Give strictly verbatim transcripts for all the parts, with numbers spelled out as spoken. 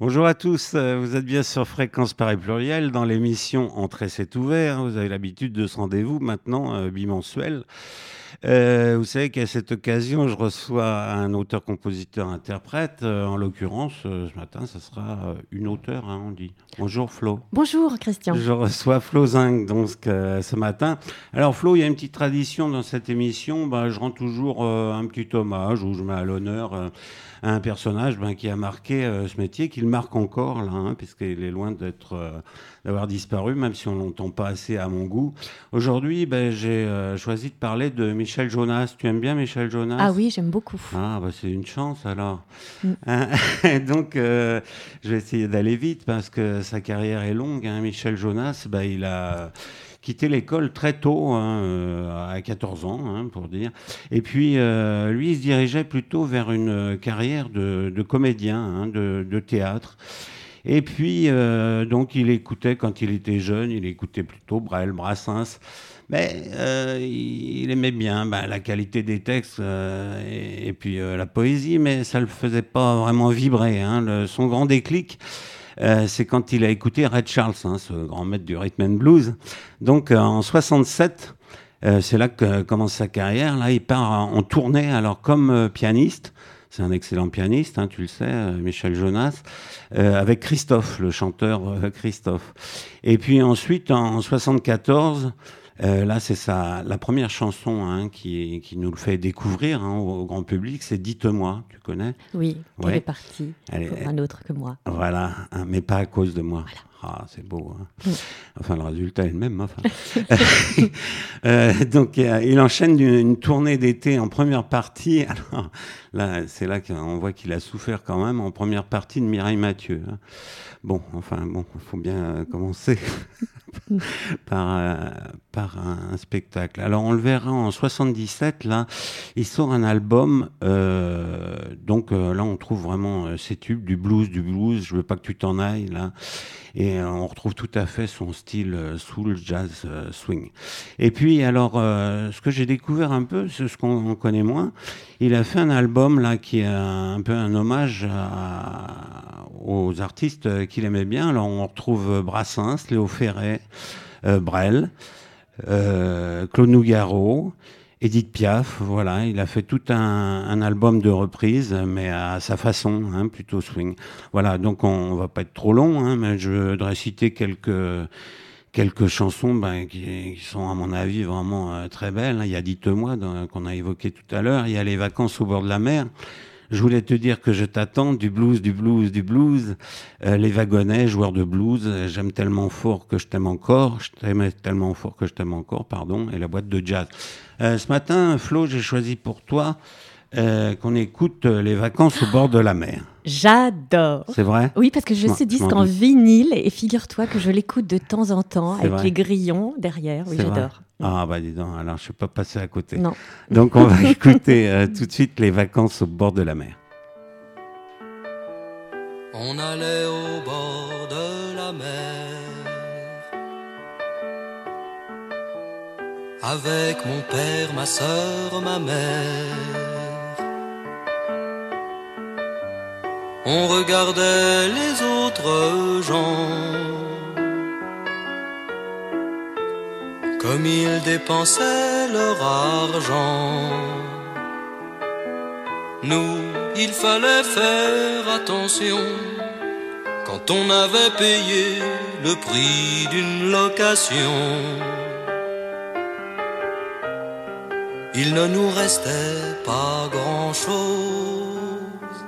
Bonjour à tous, euh, vous êtes bien sur Fréquence Paris Pluriel dans l'émission Entrée c'est ouvert. Vous avez l'habitude de ce rendez-vous maintenant euh, bimensuel. Euh, vous savez qu'à cette occasion, je reçois un auteur-compositeur-interprète. Euh, en l'occurrence, euh, ce matin, ça sera euh, une auteure, hein, on dit. Bonjour Flo. Bonjour Christian. Je reçois Flo Zing donc, euh, ce matin. Alors Flo, il y a une petite tradition dans cette émission. Bah, je rends toujours euh, un petit hommage où je mets à l'honneur euh, un personnage ben, qui a marqué euh, ce métier, qu'il marque encore, là, hein, puisqu'il est loin d'être, euh, d'avoir disparu, même si on ne l'entend pas assez à mon goût. Aujourd'hui, ben, j'ai euh, choisi de parler de Michel Jonas. Tu aimes bien Michel Jonas ? Ah oui, j'aime beaucoup. Ah, bah, c'est une chance alors. Mm. Hein, donc, euh, je vais essayer d'aller vite parce que sa carrière est longue. Hein. Michel Jonas, ben, il a quitté l'école très tôt, hein, euh, à quatorze ans, hein, pour dire. Et puis, euh, lui, il se dirigeait plutôt vers une carrière de, de comédien, hein, de, de théâtre. Et puis, euh, donc, il écoutait, quand il était jeune, il écoutait plutôt Brel, Brassens. Mais euh, il aimait bien ben, la qualité des textes euh, et, et puis euh, la poésie, mais ça ne le faisait pas vraiment vibrer. Hein. Le, son grand déclic, Euh, c'est quand il a écouté Ray Charles, hein, ce grand maître du rhythm and blues. Donc euh, en soixante-sept, euh, c'est là que commence sa carrière. Là, il part en tournée, alors comme euh, pianiste. C'est un excellent pianiste, hein, tu le sais, euh, Michel Jonas, euh, avec Christophe, le chanteur euh, Christophe. Et puis ensuite, en soixante-quatorze, euh, là, c'est sa, la première chanson hein, qui, qui nous le fait découvrir hein, au, au grand public, c'est « Dites-moi », tu connais ? Oui, elle Ouais. est partie Elle est- pour un autre que moi. Voilà, hein, mais pas à cause de moi. Voilà. Ah, c'est beau. Hein. Mm. Enfin, le résultat est le même. Enfin. euh, donc, euh, il enchaîne une, une tournée d'été en première partie. Alors, là, c'est là qu'on voit qu'il a souffert quand même en première partie de Mireille Mathieu. Hein. Bon, enfin, bon, il faut bien euh, commencer par, euh, par un, un spectacle. Alors, on le verra en soixante-dix-sept. Là, il sort un album. Euh, donc euh, là, on trouve vraiment euh, ses tubes, du blues, du blues. Je veux pas que tu t'en ailles là. Et euh, on retrouve tout à fait son style euh, soul, jazz, euh, swing. Et puis, alors, euh, ce que j'ai découvert un peu, c'est ce qu'on on connaît moins. Il a fait un album là qui est un, un peu un hommage à, aux artistes euh, qu'il aimait bien. Alors, on retrouve Brassens, Léo Ferré, euh, Brel, euh, Claude Nougaro, Édith Piaf. Voilà, il a fait tout un, un album de reprises, mais à sa façon, hein, plutôt swing. Voilà, donc on, on va pas être trop long, hein, mais je voudrais citer quelques quelques chansons ben, qui, qui sont à mon avis vraiment euh, très belles. Il y a Dites-moi dans- qu'on a évoqué tout à l'heure. Il y a Les vacances au bord de la mer. Je voulais te dire que je t'attends, du blues, du blues, du blues. Euh, les wagonnets, joueurs de blues. euh, J'aime tellement fort que je t'aime encore. Je t'aimais tellement fort que je t'aime encore, pardon. Et la boîte de jazz. Euh, ce matin, Flo, j'ai choisi pour toi euh, qu'on écoute euh, Les vacances au bord de la mer. J'adore. C'est vrai ? Oui, parce que j'ai Moi, ce je disque m'en en doute. vinyle et figure-toi que je l'écoute de temps en temps C'est avec vrai. les grillons derrière. Oui, C'est vrai. j'adore. Ah bah dis donc, alors je ne suis pas passé à côté. Non. Donc on va écouter euh, tout de suite Les vacances au bord de la mer. On allait au bord de la mer avec mon père, ma sœur, ma mère. On regardait les autres gens comme ils dépensaient leur argent. Nous, il fallait faire attention quand on avait payé le prix d'une location. Il ne nous restait pas grand-chose.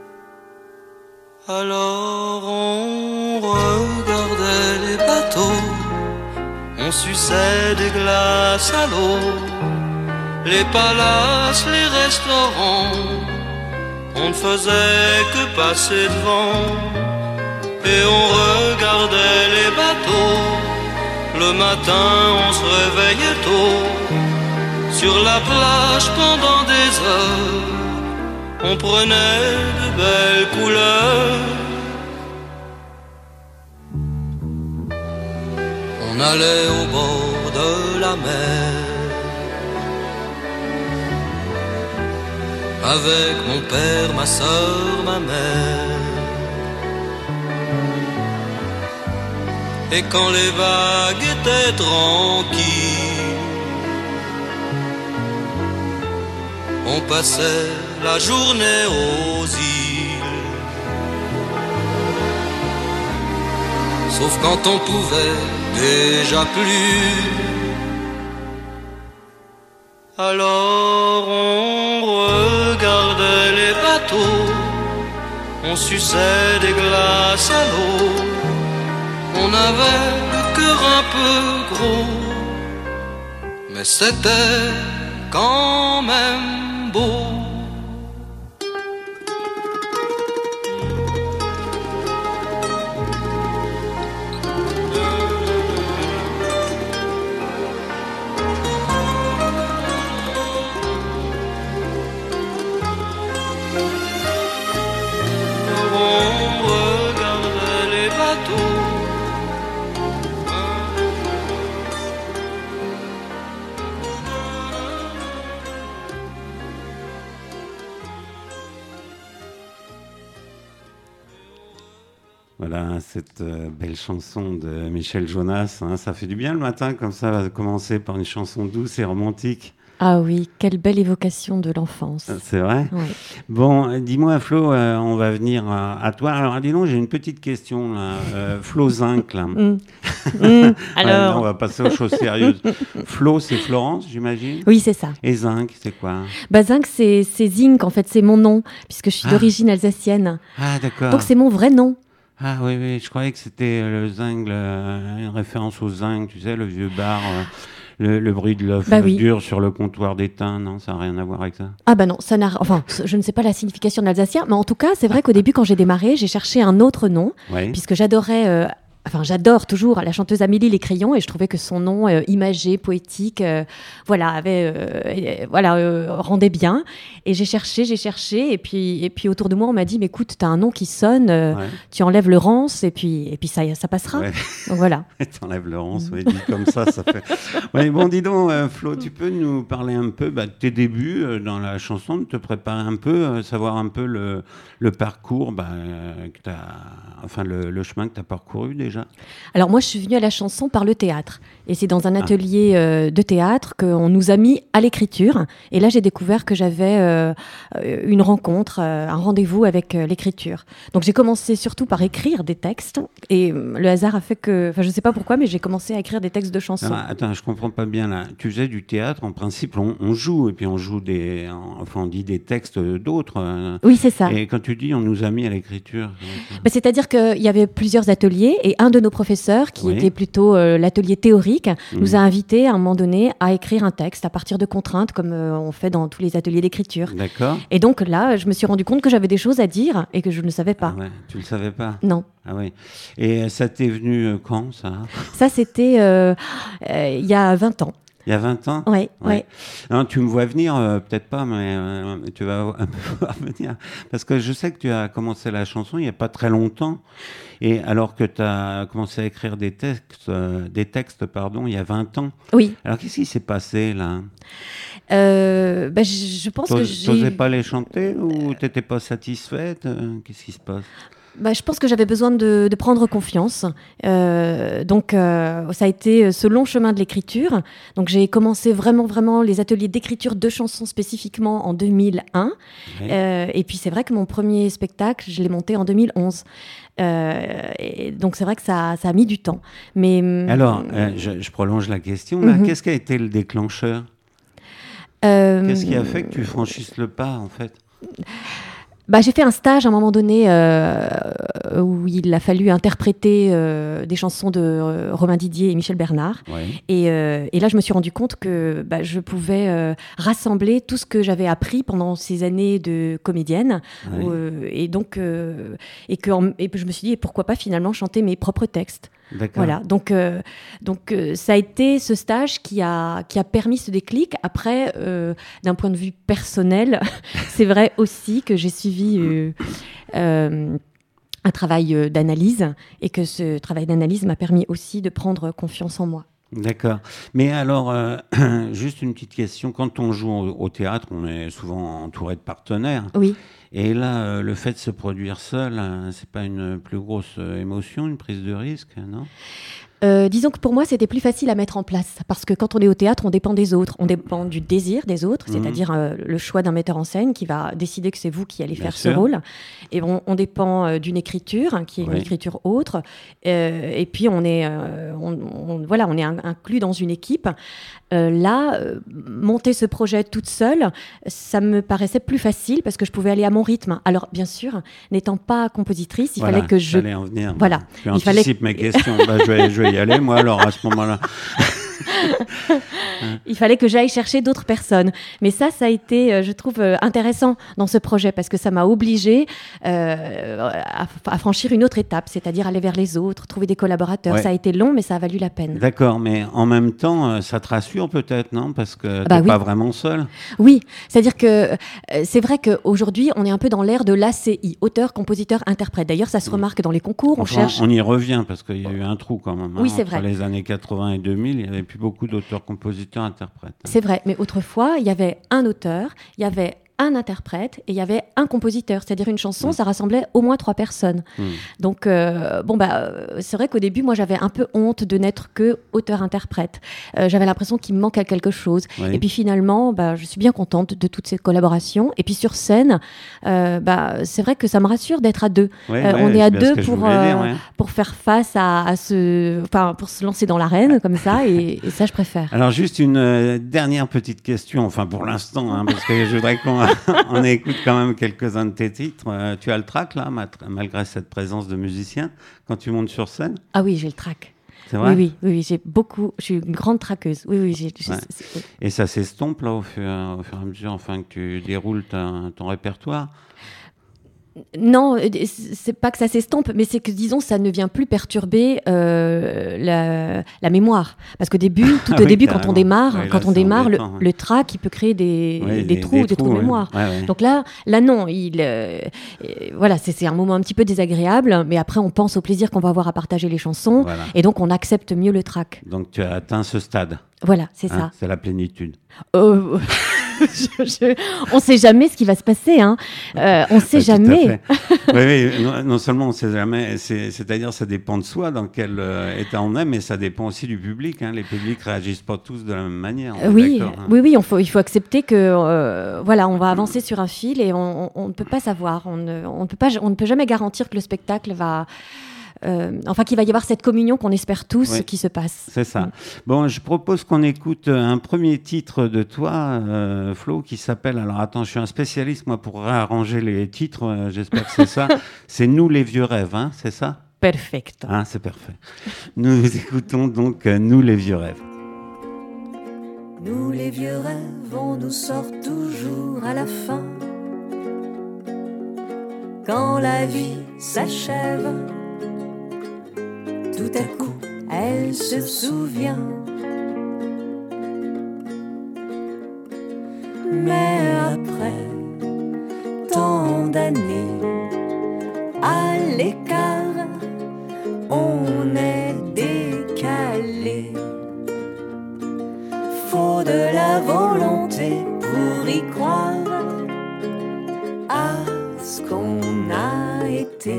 Alors on regardait les bateaux, on suçait des glaces à l'eau, les palaces, les restaurants, on ne faisait que passer devant. Et on regardait les bateaux, le matin on se réveillait tôt. Sur la plage pendant des heures, on prenait de belles couleurs. On allait au bord de la mer avec mon père, ma sœur, ma mère. Et quand les vagues étaient tranquilles, on passait la journée aux îles. Sauf quand on pouvait déjà plus. Alors on regardait les bateaux, on suçait des glaces à l'eau. On avait le cœur un peu gros, mais c'était quand même beau. Voilà, cette euh, belle chanson de Michel Jonas, hein, ça fait du bien le matin, comme ça, va commencer par une chanson douce et romantique. Ah oui, quelle belle évocation de l'enfance. C'est vrai ? Oui. Bon, dis-moi Flo, euh, on va venir à, à toi. Alors dis donc, j'ai une petite question là. Euh, Flo Zinc, là. Mmh. Mmh. Ouais, Alors... non, on va passer aux choses sérieuses. Flo, c'est Florence, j'imagine ? Oui, c'est ça. Et Zinc, c'est quoi ? Bah, Zinc, c'est, c'est Zinc, en fait, c'est mon nom, puisque je suis Ah. d'origine alsacienne. Ah, d'accord. Donc c'est mon vrai nom. Ah oui, oui, je croyais que c'était le zinc, le- une référence au zinc, tu sais, le vieux bar, euh, le, le bruit de l'œuf Bah oui. dur sur le comptoir d'étain. Non, ça n'a rien à voir avec ça. Ah bah non, ça n'a... Enfin, je ne sais pas la signification de l'alsacien, mais en tout cas, c'est vrai qu'au début, quand j'ai démarré, j'ai cherché un autre nom, Oui. puisque j'adorais... euh, Enfin, j'adore toujours la chanteuse Amélie Les Crayons et je trouvais que son nom euh, imagé, poétique, euh, voilà, avait, euh, voilà, euh, rendait bien. Et j'ai cherché, j'ai cherché, et puis, et puis autour de moi, on m'a dit, mais écoute, t'as un nom qui sonne, euh, Ouais. tu enlèves le rance, et puis, et puis ça, ça passera. Ouais. Donc voilà. T'enlèves Laurence, ouais, dit comme ça, ça fait. Ouais, bon, dis donc, euh, Flo, tu peux nous parler un peu bah, de tes débuts euh, dans la chanson, de te préparer un peu, euh, savoir un peu le, le parcours, bah, euh, que t'as, enfin le, le chemin que tu as parcouru déjà. Alors moi, je suis venue à la chanson par le théâtre. Et c'est dans un atelier euh, de théâtre qu'on nous a mis à l'écriture. Et là, j'ai découvert que j'avais euh, une rencontre, euh, un rendez-vous avec euh, l'écriture. Donc j'ai commencé surtout par écrire des textes. Et euh, le hasard a fait que... Enfin, je ne sais pas pourquoi, mais j'ai commencé à écrire des textes de chansons. Ah, attends, je comprends pas bien là. Tu faisais du théâtre, en principe, on, on joue. Et puis on joue des... Enfin, on dit des textes d'autres. Euh, oui, c'est ça. Et quand tu dis on nous a mis à l'écriture... Bah, c'est-à-dire qu'il y avait plusieurs ateliers. Et un de nos professeurs, qui oui. était plutôt euh, l'atelier théorique, mmh. nous a invités à un moment donné à écrire un texte à partir de contraintes, comme euh, on fait dans tous les ateliers d'écriture. D'accord. Et donc là, je me suis rendu compte que j'avais des choses à dire et que je ne le savais pas. Ah ouais, tu ne le savais pas ? Non. Ah oui. Et ça t'est venu quand, ça ? Ça, c'était euh, euh, il y a vingt ans. Il y a vingt ans ? Oui, oui. Non, tu me vois venir, euh, peut-être pas, mais euh, tu vas un peu voir venir. Parce que je sais que tu as commencé la chanson il n'y a pas très longtemps. Et alors que tu as commencé à écrire des textes, euh, des textes pardon, il y a vingt ans. Oui. Alors, qu'est-ce qui s'est passé, là ? euh, bah, je, je pense T'os, que j'ai... T'osais pas les chanter ou t'étais pas satisfaite ? Qu'est-ce qui se passe ? Bah, je pense que j'avais besoin de, de prendre confiance. Euh, donc, euh, ça a été ce long chemin de l'écriture. Donc, j'ai commencé vraiment, vraiment les ateliers d'écriture de chansons spécifiquement en deux mille un. Oui. Euh, et puis, c'est vrai que mon premier spectacle, je l'ai monté en deux mille onze. Euh, et donc, c'est vrai que ça, ça a mis du temps. Mais, alors, euh, je, je prolonge la question. Là. Mm-hmm. Qu'est-ce qui a été le déclencheur ? euh, Qu'est-ce qui a fait que tu franchisses le pas, en fait ? Bah, j'ai fait un stage à un moment donné euh, où il a fallu interpréter euh, des chansons de euh, Romain Didier et Michel Bernard. Ouais. Et, euh, et là, je me suis rendu compte que bah, je pouvais euh, rassembler tout ce que j'avais appris pendant ces années de comédienne. Ouais. Euh, et donc, euh, et que en, et je me suis dit, pourquoi pas finalement chanter mes propres textes. D'accord. Voilà, donc, euh, donc euh, ça a été ce stage qui a, qui a permis ce déclic. Après, euh, d'un point de vue personnel, c'est vrai aussi que j'ai suivi euh, euh, un travail d'analyse et que ce travail d'analyse m'a permis aussi de prendre confiance en moi. D'accord. Mais alors, euh, juste une petite question. Quand on joue au, au théâtre, on est souvent entouré de partenaires. Oui. Et là, euh, le fait de se produire seul, hein, c'est pas une plus grosse euh, émotion, une prise de risque, non ? Euh, disons que pour moi, c'était plus facile à mettre en place parce que quand on est au théâtre, on dépend des autres, on dépend du désir des autres, mmh. c'est-à-dire euh, le choix d'un metteur en scène qui va décider que c'est vous qui allez Bien faire sûr. ce rôle. Et on, on dépend euh, d'une écriture hein, qui est oui. une écriture autre. Euh, et puis on est, euh, on, on, voilà, on est un, inclus dans une équipe. Euh, là, euh, monter ce projet toute seule, ça me paraissait plus facile parce que je pouvais aller à mon rythme. Alors bien sûr, n'étant pas compositrice, il voilà, fallait que je. J'allais en venir. Voilà. Tu il anticipes fallait... mes questions. bah, je vais, je vais y aller, moi, alors, à ce moment-là. Il fallait que j'aille chercher d'autres personnes. Mais ça, ça a été, je trouve, intéressant dans ce projet parce que ça m'a obligée euh, à, à franchir une autre étape, c'est-à-dire aller vers les autres, trouver des collaborateurs. Ouais. Ça a été long, mais ça a valu la peine. D'accord, mais en même temps, ça te rassure peut-être, non ? Parce que tu bah n'es oui. pas vraiment seul. Oui, c'est-à-dire que euh, c'est vrai qu'aujourd'hui, on est un peu dans l'ère de l'A C I, auteur, compositeur, interprète. D'ailleurs, ça se remarque dans les concours. On, enfin, cherche... on y revient parce qu'il y a eu un trou quand même. Hein, oui, c'est entre vrai. les années quatre-vingts et deux mille, il n'y avait plus beaucoup d'auteurs, compositeurs, interprètes. Hein. C'est vrai, mais autrefois, il y avait un auteur, il y avait un interprète et il y avait un compositeur, c'est-à-dire une chanson, mmh. ça rassemblait au moins trois personnes. Mmh. Donc, euh, bon, bah, c'est vrai qu'au début, moi, j'avais un peu honte de n'être que auteur-interprète. Euh, j'avais l'impression qu'il me manquait quelque chose. Oui. Et puis finalement, bah, je suis bien contente de toutes ces collaborations. Et puis sur scène, euh, bah, c'est vrai que ça me rassure d'être à deux. Oui, euh, oui, on est à deux pour, euh, dire, ouais. pour faire face à, à ce, enfin, pour se lancer dans l'arène comme ça. Et, et ça, je préfère. Alors, juste une euh, dernière petite question, enfin pour l'instant, hein, parce que je voudrais qu'on on écoute quand même quelques-uns de tes titres. Euh, tu as le trac, là, malgré cette présence de musiciens, quand tu montes sur scène ? Ah oui, j'ai le trac. C'est vrai ? Oui, oui, oui, j'ai beaucoup. Je suis une grande traqueuse. Oui, oui. J'ai, j'ai, ouais. c'est, c'est... Et ça s'estompe, là, au fur, au fur et à mesure, enfin, que tu déroules ta, ton répertoire ? Non, c'est pas que ça s'estompe, mais c'est que, disons, ça ne vient plus perturber euh, la, la mémoire. Parce qu'au début, tout ah au oui, début, carrément. quand on démarre, ouais, quand là, on démarre, le, ouais. le trac, il peut créer des, ouais, des, des trous, des, des trous de ouais. mémoire. Ouais, ouais. Donc là, là non, il, euh, voilà, c'est, c'est un moment un petit peu désagréable, mais après, on pense au plaisir qu'on va avoir à partager les chansons, voilà. et donc on accepte mieux le trac. Donc tu as atteint ce stade. Voilà, c'est hein, ça. C'est la plénitude. Euh, je, je, on ne sait jamais ce qui va se passer. Hein. Euh, on ne sait jamais. oui, oui non, non seulement on ne sait jamais, c'est, c'est-à-dire ça dépend de soi, dans quel euh, état on est, mais ça dépend aussi du public. Hein. Les publics ne réagissent pas tous de la même manière. Oui, hein. oui, oui, on faut, il faut accepter que euh, voilà, on va avancer sur un fil et on, on, on ne peut pas savoir. On ne, on ne peut pas, on ne peut jamais garantir que le spectacle va... Euh, enfin, qu'il va y avoir cette communion qu'on espère tous oui, qui se passe. C'est ça. Bon, je propose qu'on écoute un premier titre de toi, euh, Flo, qui s'appelle... Alors, attends, je suis un spécialiste, moi, pour réarranger les titres. Euh, j'espère que c'est ça. C'est « Nous, les vieux rêves hein, », c'est ça ? Perfect. Ah, c'est parfait. Nous écoutons donc euh, « Nous, les vieux rêves ». Nous, les vieux rêves, on nous sort toujours à la fin. Quand la vie s'achève, tout à coup, elle se souvient. Mais après tant d'années à l'écart, on est décalé. Faut de la volonté pour y croire à ce qu'on a été.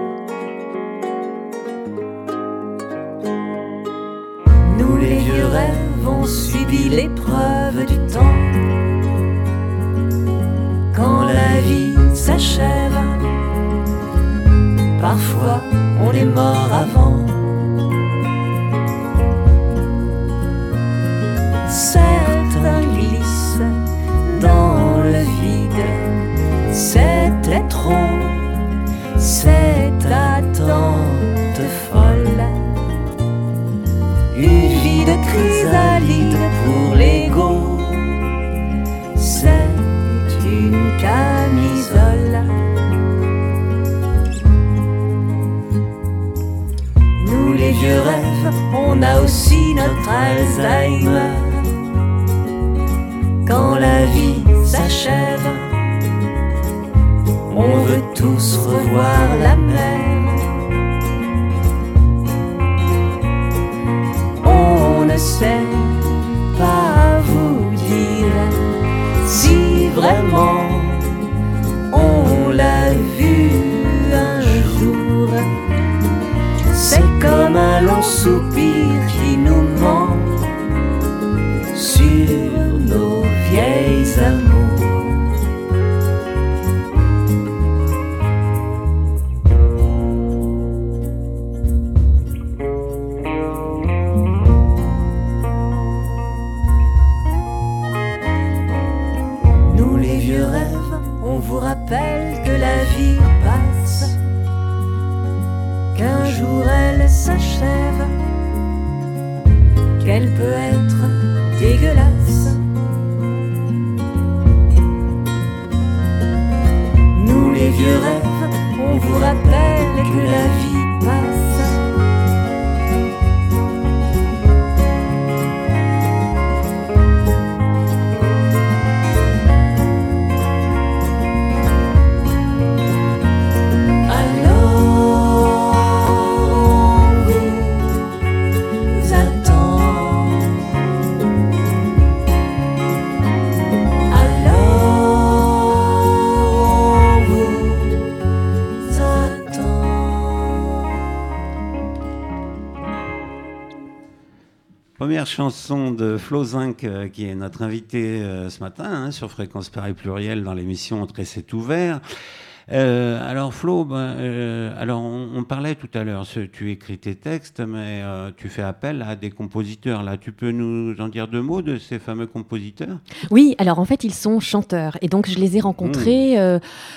Les vieux rêves ont subi l'épreuve du temps. Quand la vie s'achève, parfois on est mort avant. Certains glissent dans le vide. C'était trop, cette attente folle. Une vie de chrysalide pour l'ego, c'est une camisole. Nous les vieux rêves, on a aussi notre Alzheimer. Quand la vie s'achève, on veut tous revoir la mer. On ne long soupir qui nous ment sur nos vieilles amours. Nous les vieux rêves, on vous rappelle que la vie passe, qu'un jour elle s'achève, qu'elle peut être dégueulasse. Nous les vieux rêves, on vous rappelle que la vie passe. Première chanson de Flo Zinc, euh, qui est notre invité euh, ce matin hein, sur Fréquence Paris Pluriel dans l'émission Entre et c'est ouvert. Euh, alors Flo, ben, euh, alors on, on parlait tout à l'heure, tu écris tes textes, mais euh, tu fais appel à des compositeurs. Là, tu peux nous en dire deux mots de ces fameux compositeurs ? Oui, alors en fait, ils sont chanteurs. Et donc, je les ai rencontrés mmh. euh,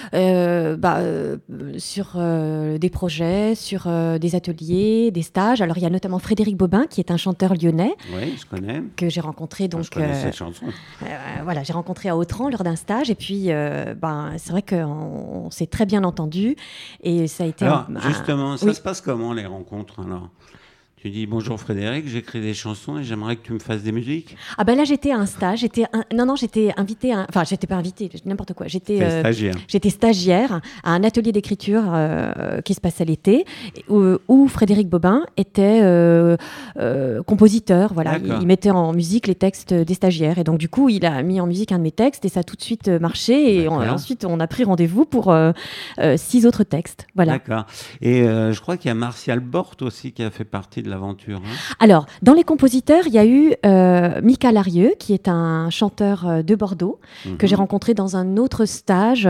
euh, bah, euh, sur euh, des projets, sur euh, des ateliers, des stages. Alors, il y a notamment Frédéric Bobin, qui est un chanteur lyonnais. Oui, je connais. Que j'ai rencontré. Donc, je connais euh, cette chanson. Euh, voilà, j'ai rencontré à Autran lors d'un stage. Et puis, euh, ben, c'est vrai qu'on s'est très bien entendu. Et ça a été... Alors, un, justement, un... ça oui. se passe comment, les rencontres, alors ? Tu dis bonjour Frédéric, j'écris des chansons et j'aimerais que tu me fasses des musiques. Ah ben là j'étais à un stage, j'étais un... non non j'étais invitée, à un... enfin j'étais pas invitée, n'importe quoi, j'étais euh, stagiaire. J'étais stagiaire à un atelier d'écriture euh, qui se passait l'été où, où Frédéric Bobin était euh, euh, compositeur, voilà, il, il mettait en musique les textes des stagiaires et donc du coup il a mis en musique un de mes textes et ça a tout de suite marché et on, ensuite on a pris rendez-vous pour euh, euh, six autres textes, voilà. D'accord. Et euh, je crois qu'il y a Martial Bort aussi qui a fait partie de l'aventure. Hein. Alors, dans les compositeurs, il y a eu euh, Mika Larieux, qui est un chanteur euh, de Bordeaux, mm-hmm. que j'ai rencontré dans un autre stage,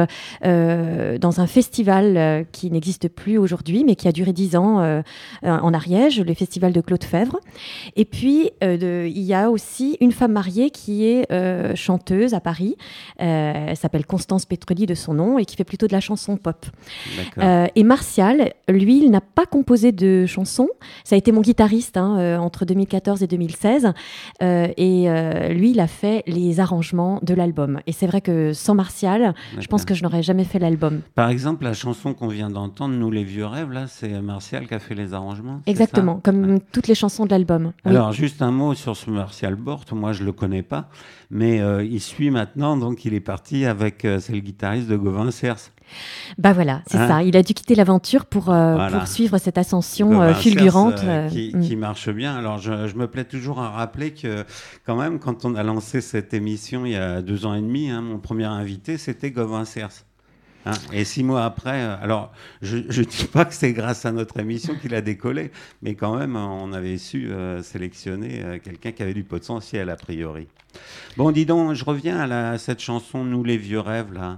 euh, dans un festival euh, qui n'existe plus aujourd'hui, mais qui a duré dix ans euh, en Ariège, le festival de Claude Fèvre. Et puis, euh, de, il y a aussi une femme mariée qui est euh, chanteuse à Paris. Euh, elle s'appelle Constance Petrelli de son nom et qui fait plutôt de la chanson pop. Euh, et Martial, lui, il n'a pas composé de chansons. Ça a été mon guitariste hein, euh, entre deux mille quatorze et deux mille seize. Euh, et euh, lui, il a fait les arrangements de l'album. Et c'est vrai que sans Martial, D'accord. je pense que je n'aurais jamais fait l'album. Par exemple, la chanson qu'on vient d'entendre, Nous les vieux rêves, là, c'est Martial qui a fait les arrangements. Exactement, comme ouais. toutes les chansons de l'album. Alors, oui. juste un mot sur ce Martial Bort. Moi, je ne le connais pas. Mais euh, il suit maintenant, donc il est parti avec... Euh, c'est le guitariste de Gauvin Cers. Bah voilà, c'est hein ça. Il a dû quitter l'aventure pour, euh, voilà. pour suivre cette ascension euh, fulgurante. Euh, qui, euh, qui marche bien. Alors, je, je me plais toujours à rappeler que, quand même, quand on a lancé cette émission il y a deux ans et demi, hein, mon premier invité, c'était Gauvin Cers. Hein, et six mois après, euh, alors, je ne dis pas que c'est grâce à notre émission qu'il a décollé, mais quand même, on avait su euh, sélectionner euh, quelqu'un qui avait du potentiel, a priori. Bon, dis donc, je reviens à, la, à cette chanson « Nous les vieux rêves », là.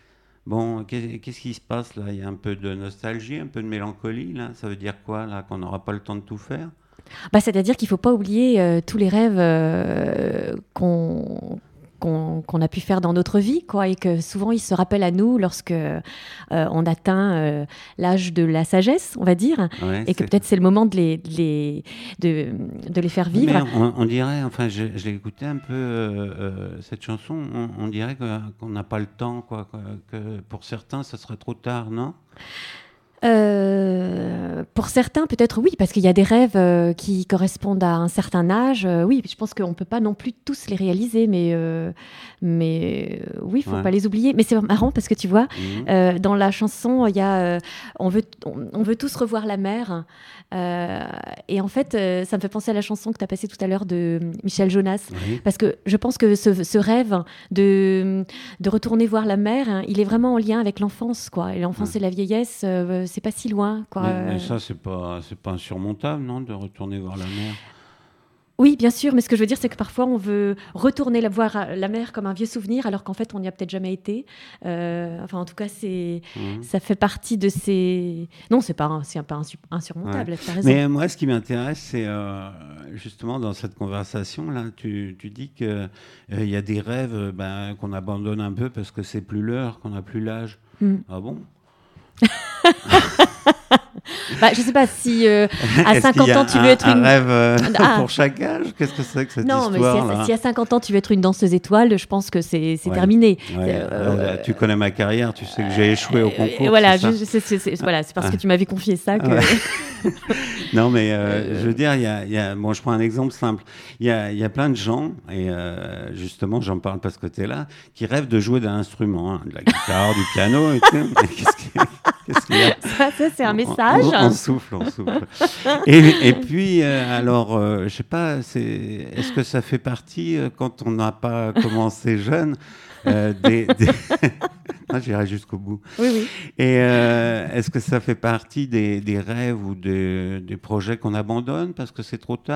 Bon, qu'est-ce qui se passe là ? Il y a un peu de nostalgie, un peu de mélancolie là. Ça veut dire quoi là ? Qu'on n'aura pas le temps de tout faire ? Bah, c'est-à-dire qu'il ne faut pas oublier euh, tous les rêves euh, qu'on... Qu'on, qu'on a pu faire dans notre vie, quoi, et que souvent ils se rappellent à nous lorsque euh, on atteint euh, l'âge de la sagesse, on va dire, ouais, et que peut-être c'est le moment de les, de les, de, de les faire vivre. Mais on, on dirait, enfin, je, je l'ai écouté un peu euh, euh, cette chanson, on, on dirait que, qu'on n'a pas le temps, quoi, que, que pour certains, ça serait trop tard, non ? Euh, pour certains, peut-être oui, parce qu'il y a des rêves euh, qui correspondent à un certain âge. Euh, oui, je pense qu'on ne peut pas non plus tous les réaliser, mais, euh, mais euh, oui, il ne faut ouais. pas les oublier. Mais c'est marrant parce que tu vois, mmh. euh, dans la chanson, il y a euh, on, veut, on, on veut tous revoir la mer. Euh, et en fait, euh, ça me fait penser à la chanson que tu as passée tout à l'heure de Michel Jonas. Oui. Parce que je pense que ce, ce rêve de, de retourner voir la mer, hein, il est vraiment en lien avec l'enfance, quoi. Et l'enfance ouais. et la vieillesse, euh, c'est pas si loin, quoi. Mais, mais ça, c'est pas, c'est pas insurmontable, non, de retourner voir la mer? Oui, bien sûr, mais ce que je veux dire, c'est que parfois, on veut retourner la, voir la mer comme un vieux souvenir, alors qu'en fait, on n'y a peut-être jamais été. Euh, enfin, en tout cas, c'est, mmh. ça fait partie de ces... Non, c'est pas, c'est pas insurmontable, ouais. Tu as raison. Mais moi, ce qui m'intéresse, c'est euh, justement dans cette conversation-là, tu, tu dis qu'il euh, y a des rêves ben, qu'on abandonne un peu parce que c'est plus l'heure, qu'on n'a plus l'âge. Mmh. Ah bon? Bah, je ne sais pas si euh, à cinquante ans tu veux un, être un une... rêve euh, ah. pour chaque âge. Qu'est-ce que c'est que cette non, histoire Non, mais si, si à cinquante ans tu veux être une danseuse étoile, je pense que c'est, c'est ouais. terminé. Ouais. Euh, euh, tu connais ma carrière, tu sais que j'ai échoué euh, au concours. Voilà, c'est, je, c'est, c'est, c'est, voilà, c'est parce ah. que tu m'avais confié ça que... Ouais. Non, mais euh, euh... je veux dire, il y a, y a, bon, je prends un exemple simple. Il y a, y a plein de gens, et euh, justement, j'en parle parce que tu es là, qui rêvent de jouer d'un instrument, hein, de la guitare, du piano et tout. Mais qu'est-ce qu'il y a? Qu'est-ce qu'il y a ça, ça, c'est un message. On, on, on souffle, on souffle. Et, et puis, euh, alors, euh, je sais pas, c'est, est-ce que ça fait partie, euh, quand on n'a pas commencé jeune, euh, des... des... ah, j'irai jusqu'au bout. Oui, oui. Et euh, est-ce que ça fait partie des, des rêves ou des, des projets qu'on abandonne parce que c'est trop tard ?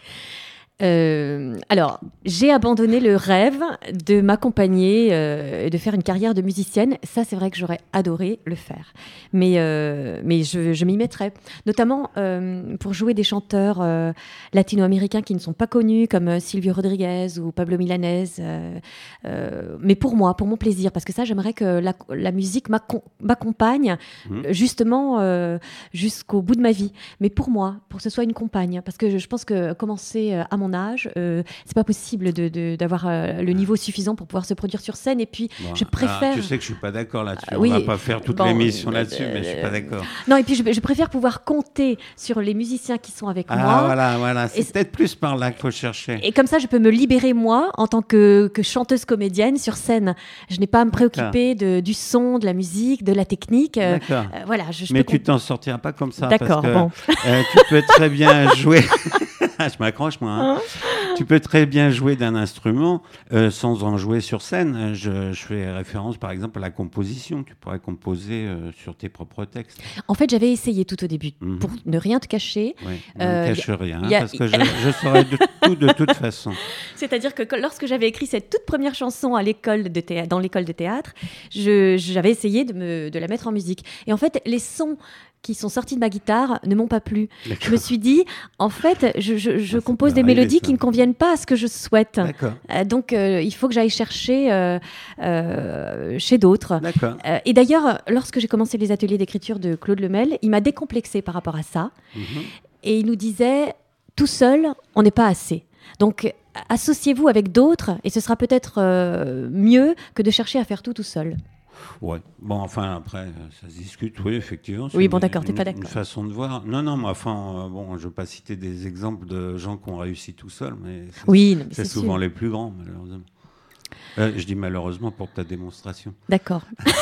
Euh, alors, j'ai abandonné le rêve de m'accompagner euh, et de faire une carrière de musicienne. Ça, c'est vrai que j'aurais adoré le faire. Mais, euh, mais je, je m'y mettrais. Notamment euh, pour jouer des chanteurs euh, latino-américains qui ne sont pas connus, comme euh, Silvio Rodriguez ou Pablo Milanés. Euh, euh, mais pour moi, pour mon plaisir. Parce que ça, j'aimerais que la, la musique m'accompagne mmh. justement euh, jusqu'au bout de ma vie. Mais pour moi, pour que ce soit une compagne. Parce que je, je pense que commencer à mon âge, euh, c'est pas possible de, de, d'avoir euh, le niveau suffisant pour pouvoir se produire sur scène. Et puis, bon, je préfère... Ah, tu sais que je suis pas d'accord là-dessus. Euh, On oui, va pas faire toute bon, l'émission là-dessus, euh, mais je suis pas d'accord. Non, et puis je, je préfère pouvoir compter sur les musiciens qui sont avec ah, moi. Voilà, voilà. C'est et peut-être plus par là qu'il faut chercher. Et comme ça, je peux me libérer moi en tant que, que chanteuse comédienne sur scène. Je n'ai pas à me préoccuper de, du son, de la musique, de la technique. D'accord. Euh, voilà. Je, je mais peux tu comp... t'en sortiras pas comme ça. D'accord. Parce que, bon. euh, tu peux très bien jouer. Je m'accroche, moi. Hein. Tu peux très bien jouer d'un instrument euh, sans en jouer sur scène. Je, je fais référence, par exemple, à la composition. Tu pourrais composer euh, sur tes propres textes. En fait, j'avais essayé tout au début, mm-hmm. pour ne rien te cacher. Oui, euh, ne cache rien, a... parce que je, je saurais de tout de toute façon. C'est-à-dire que lorsque j'avais écrit cette toute première chanson à l'école de thé... dans l'école de théâtre, je, j'avais essayé de, me, de la mettre en musique. Et en fait, les sons qui sont sortis de ma guitare ne m'ont pas plu. D'accord. Je me suis dit, en fait, je, je, je compose des arriver, mélodies ça. qui ne conviennent pas à ce que je souhaite. Euh, donc, euh, il faut que j'aille chercher euh, euh, chez d'autres. Euh, et d'ailleurs, lorsque j'ai commencé les ateliers d'écriture de Claude Lemel, il m'a décomplexée par rapport à ça. Mm-hmm. Et il nous disait, tout seul, on n'est pas assez. Donc, associez-vous avec d'autres et ce sera peut-être euh, mieux que de chercher à faire tout tout seul. Ouais. Bon, enfin, après, ça se discute, oui, effectivement. Oui, une, bon, d'accord, t'es une, pas d'accord. Une façon de voir. Non, non, mais enfin, euh, bon, je ne veux pas citer des exemples de gens qui ont réussi tout seuls, mais c'est, oui, non, mais c'est, c'est souvent sûr. Les plus grands, malheureusement. Euh, je dis malheureusement pour ta démonstration. D'accord.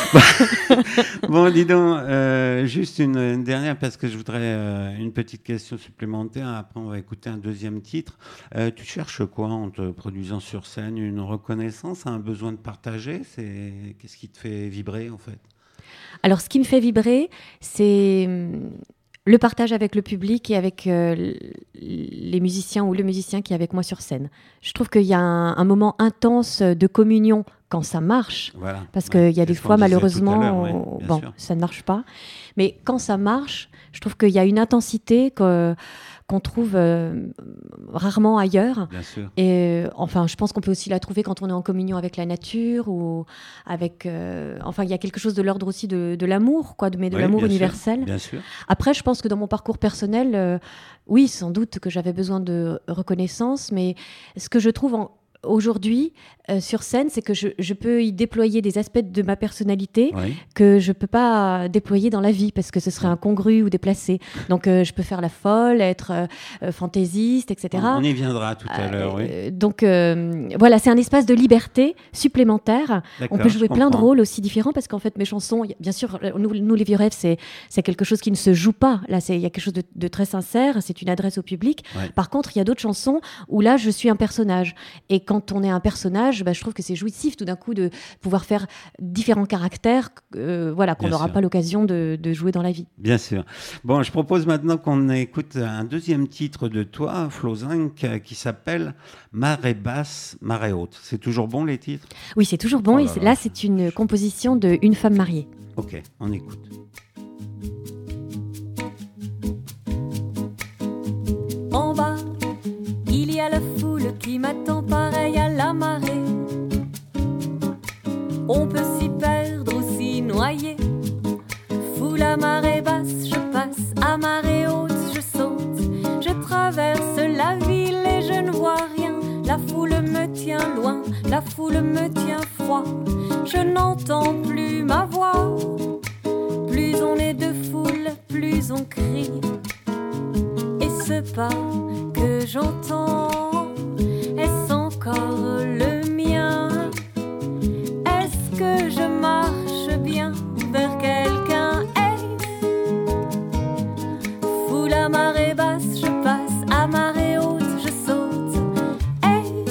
Bon, dis donc, euh, juste une, une dernière, parce que je voudrais euh, une petite question supplémentaire. Après, on va écouter un deuxième titre. Euh, tu cherches quoi en te produisant sur scène ? Une reconnaissance, un besoin de partager ? C'est... Qu'est-ce qui te fait vibrer, en fait ? Alors, ce qui me fait vibrer, c'est le partage avec le public et avec euh, les musiciens ou le musicien qui est avec moi sur scène. Je trouve qu'il y a un, un moment intense de communion quand ça marche, voilà, parce ouais, qu'il y a des fois, malheureusement, oui, bon, sûr. ça ne marche pas. Mais quand ça marche, je trouve qu'il y a une intensité que, qu'on trouve euh, rarement ailleurs. Bien sûr. Et enfin, je pense qu'on peut aussi la trouver quand on est en communion avec la nature ou avec. Euh, enfin, il y a quelque chose de l'ordre aussi de, de l'amour, quoi, de, mais de oui, l'amour bien universel. Sûr, bien sûr. Après, je pense que dans mon parcours personnel, euh, oui, sans doute que j'avais besoin de reconnaissance, mais ce que je trouve en aujourd'hui, euh, sur scène, c'est que je, je peux y déployer des aspects de ma personnalité oui. que je ne peux pas déployer dans la vie parce que ce serait incongru ou déplacé. Donc, euh, je peux faire la folle, être euh, fantaisiste, et cetera. On, on y viendra tout à l'heure, euh, oui. Donc, euh, voilà, c'est un espace de liberté supplémentaire. D'accord, on peut jouer plein comprends. de rôles aussi différents parce qu'en fait, mes chansons, bien sûr, nous, nous les vieux rêves, c'est, c'est quelque chose qui ne se joue pas. Là, il y a quelque chose de, de très sincère, c'est une adresse au public. Ouais. Par contre, il y a d'autres chansons où là, je suis un personnage. Et quand quand on est un personnage, bah, je trouve que c'est jouissif tout d'un coup de pouvoir faire différents caractères euh, voilà, qu'on n'aura pas l'occasion de, de jouer dans la vie. Bien sûr. Bon, je propose maintenant qu'on écoute un deuxième titre de toi, Flo Zinck, qui s'appelle Marée basse, marée haute. C'est toujours bon les titres ? Oui, c'est toujours bon. Oh et là c'est, là. là, c'est une composition de Une femme mariée. Ok, on écoute. En bas, il y a la foule qui m'attend pareil à la marée. On peut s'y perdre ou s'y noyer. Foule à marée basse, je passe, à marée haute, je saute. Je traverse la ville et je ne vois rien. La foule me tient loin, la foule me tient froid. Je n'entends plus ma voix. Plus on est de foule, plus on crie. Et ce pas que j'entends, est-ce encore le mien? Est-ce que je marche bien vers quelqu'un? Hey, foule à marée basse, je passe, à marée haute, je saute. Hey,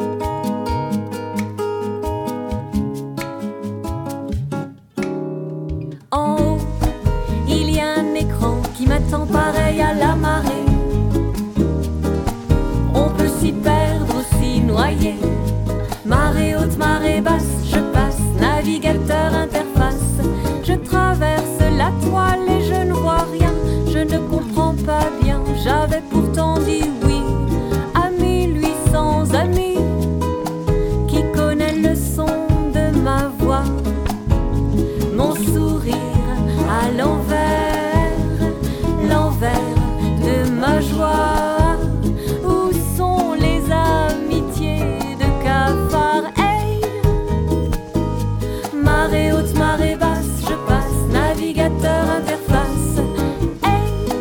en haut, il y a un écran qui m'attend pareil à la marée. S'y perdre ou s'y noyer. Marée haute, marée basse, je passe, navigateur, interface. Je traverse la toile et je ne vois rien. Je ne comprends pas bien, j'avais pourtant dit oui à mille huit cents amis. Qui connaît le son de ma voix? Mon sourire à l'envers, l'envers de ma joie. Interface. Hey.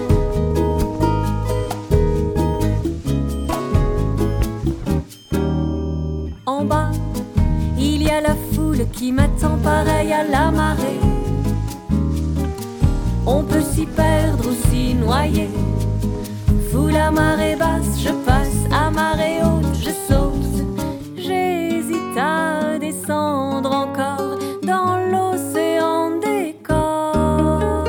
En bas, il y a la foule qui m'attend pareil à la marée. On peut s'y perdre ou s'y noyer. Foule à marée basse, je passe, à marée haute, je saute. J'hésite à descendre encore dans l'océan des corps.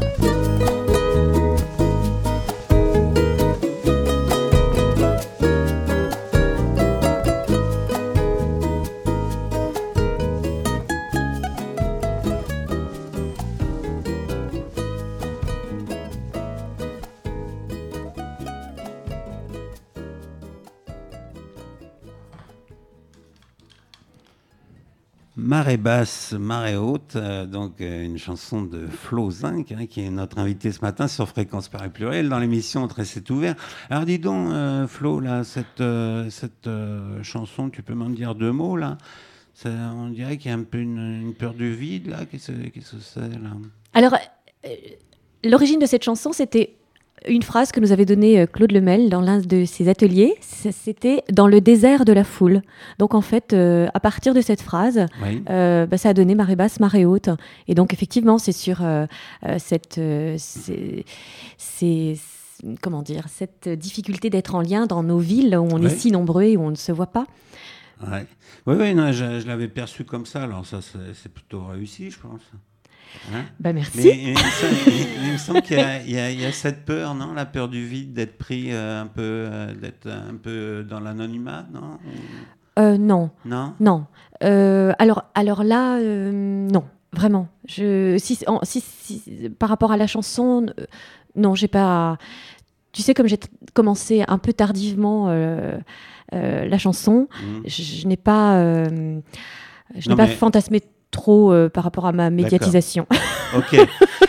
Marée basse, marée haute, euh, donc euh, une chanson de Flo Zinck, hein, qui est notre invité ce matin sur Fréquence Paris Pluriel dans l'émission Très c'est ouvert. Alors dis donc, euh, Flo, là, cette, euh, cette euh, chanson, tu peux m'en dire deux mots là? Ça, on dirait qu'il y a un peu une, une peur du vide là. Qu'est-ce, qu'est-ce que c'est là? Alors, euh, l'origine de cette chanson, c'était une phrase que nous avait donnée Claude Lemel dans l'un de ses ateliers. C'était « dans le désert de la foule ». Donc en fait, euh, à partir de cette phrase, Oui. euh, bah, ça a donné marée basse, marée haute. Et donc effectivement, c'est sur euh, euh, cette, euh, c'est, c'est, comment dire, cette difficulté d'être en lien dans nos villes où on Oui. est si nombreux et où on ne se voit pas. Ouais. Oui, oui, non, je, je l'avais perçu comme ça. Alors ça, c'est, c'est plutôt réussi, je pense. Hein? Bah merci. Mais, mais il, me semble, il, il me semble qu'il y a, il y a, il y a cette peur, non? La peur du vide, d'être pris euh, un peu, euh, d'être un peu dans l'anonymat, non? Euh, non. Non. Non. Euh, alors, alors là, euh, non, vraiment. Je, si, en, si, si, par rapport à la chanson, euh, non, j'ai pas. Tu sais, comme j'ai t- commencé un peu tardivement euh, euh, la chanson, Mmh. je, je n'ai pas, euh, je Non, n'ai pas mais- fantasmé trop euh, par rapport à ma médiatisation. Ok.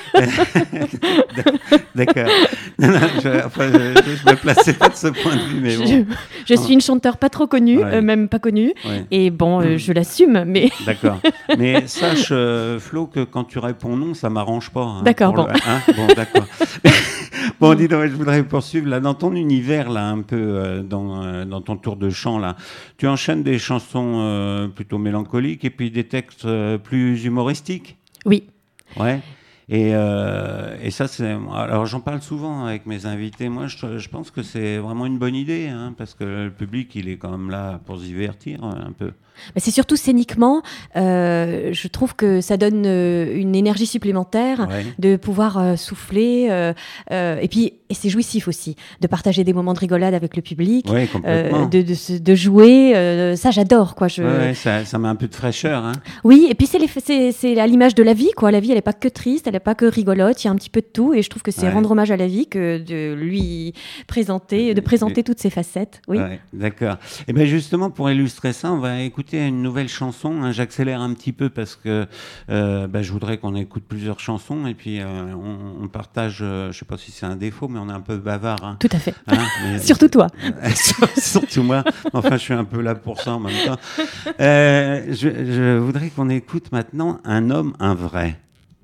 D'accord. Non, non, je, enfin, je, je me plaçais pas de ce point de vue, mais bon. je, je suis une chanteure pas trop connue, Ouais. euh, même pas connue, Ouais. et bon, euh, je l'assume, mais D'accord. Mais sache, euh, Flo, que quand tu réponds non, ça m'arrange pas. Hein, D'accord, pour bon. le- hein, bon, d'accord. Bon, dis donc, je voudrais poursuivre là dans ton univers là, un peu euh, dans euh, dans ton tour de chant là. Tu enchaînes des chansons euh, plutôt mélancoliques et puis des textes euh, plus humoristiques. oui. Ouais. Et, euh, et ça, c'est. Alors, j'en parle souvent avec mes invités. Moi, je, je pense que c'est vraiment une bonne idée, hein, parce que le public, il est quand même là pour se divertir un peu. Mais c'est surtout scéniquement, euh, je trouve que ça donne euh, une énergie supplémentaire Ouais. de pouvoir euh, souffler. Euh, euh, et puis, et c'est jouissif aussi de partager des moments de rigolade avec le public, Oui, complètement. euh, de, de, se- de jouer. Euh, ça, j'adore, quoi. Je... Ouais, ouais, ça, ça met un peu de fraîcheur. Hein. Oui, et puis c'est, les, c'est, c'est à l'image de la vie, quoi. La vie, elle n'est pas que triste, elle n'est pas que rigolote. Il y a un petit peu de tout, et je trouve que c'est Ouais. rendre hommage à la vie que de lui présenter, de présenter toutes ses facettes. Oui. Ouais, d'accord. Et bien justement, pour illustrer ça, on va écouter une nouvelle chanson. Hein. J'accélère un petit peu parce que euh, bah, je voudrais qu'on écoute plusieurs chansons et puis euh, on, on partage, euh, je ne sais pas si c'est un défaut, mais on est un peu bavard. Hein. Tout à fait. Hein, mais- Surtout toi. Surtout moi. Enfin, je suis un peu là pour ça en même temps. Euh, je, je voudrais qu'on écoute maintenant Un homme, un vrai.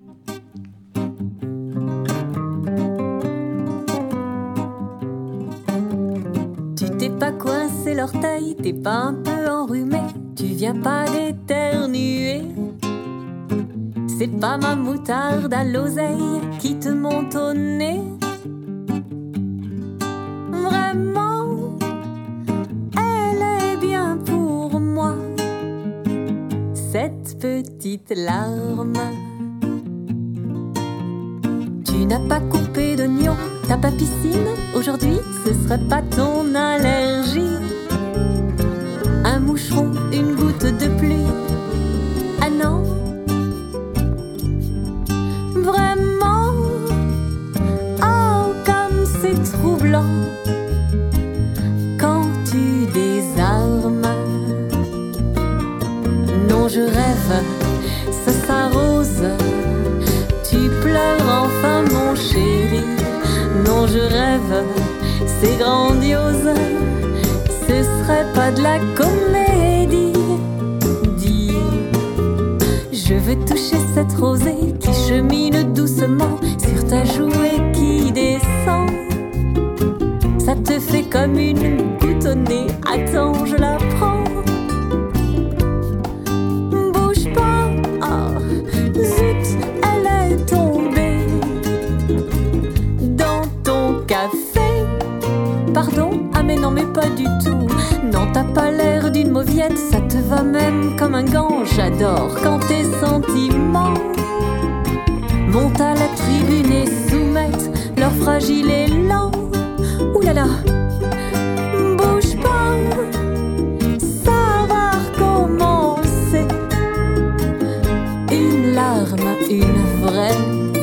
Tu t'es pas coincé l'orteil, t'es pas un peu enrhumé, tu viens pas d'éternuer. C'est pas ma moutarde à l'oseille qui te monte au nez. Vraiment, elle est bien pour moi, cette petite larme. Tu n'as pas coupé d'oignon, t'as pas piscine. Aujourd'hui, ce serait pas ton allergie. Un moucheron, une goutte de pluie. Ah non, vraiment. Oh, comme c'est troublant quand tu désarmes. Non, je rêve, ça s'arrose. Tu pleures enfin, mon chéri. Non, je rêve, c'est grandiose. Ce serait pas de la comédie. Dis, je veux toucher cette rosée qui chemine doucement sur ta joue et qui descend. Ça te fait comme une goutte au nez. Attends, je la prends. Bouge pas, oh, zut, elle est tombée dans ton café. Pardon, ah mais non mais pas du tout. Non, t'as pas l'air d'une mauviette, ça te va même comme un gant. J'adore quand tes sentiments montent à la tribune et soumettent leur fragile élan. Ouh là là, bouge pas, ça va recommencer. Une larme, une vraie.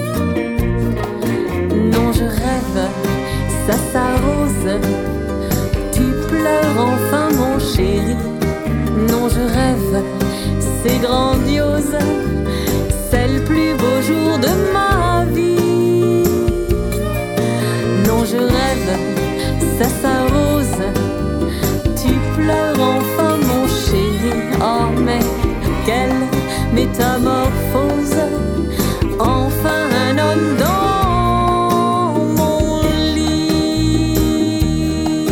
Non, je rêve, ça s'arrose. Tu pleures enfin, mon chéri. Non, je rêve, c'est grandiose. C'est le plus beau jour de ma vie. Non, je rêve, ça s'arrose. Tu pleures enfin, mon chéri. Oh, mais quelle métamorphose. Enfin, un homme dans mon lit.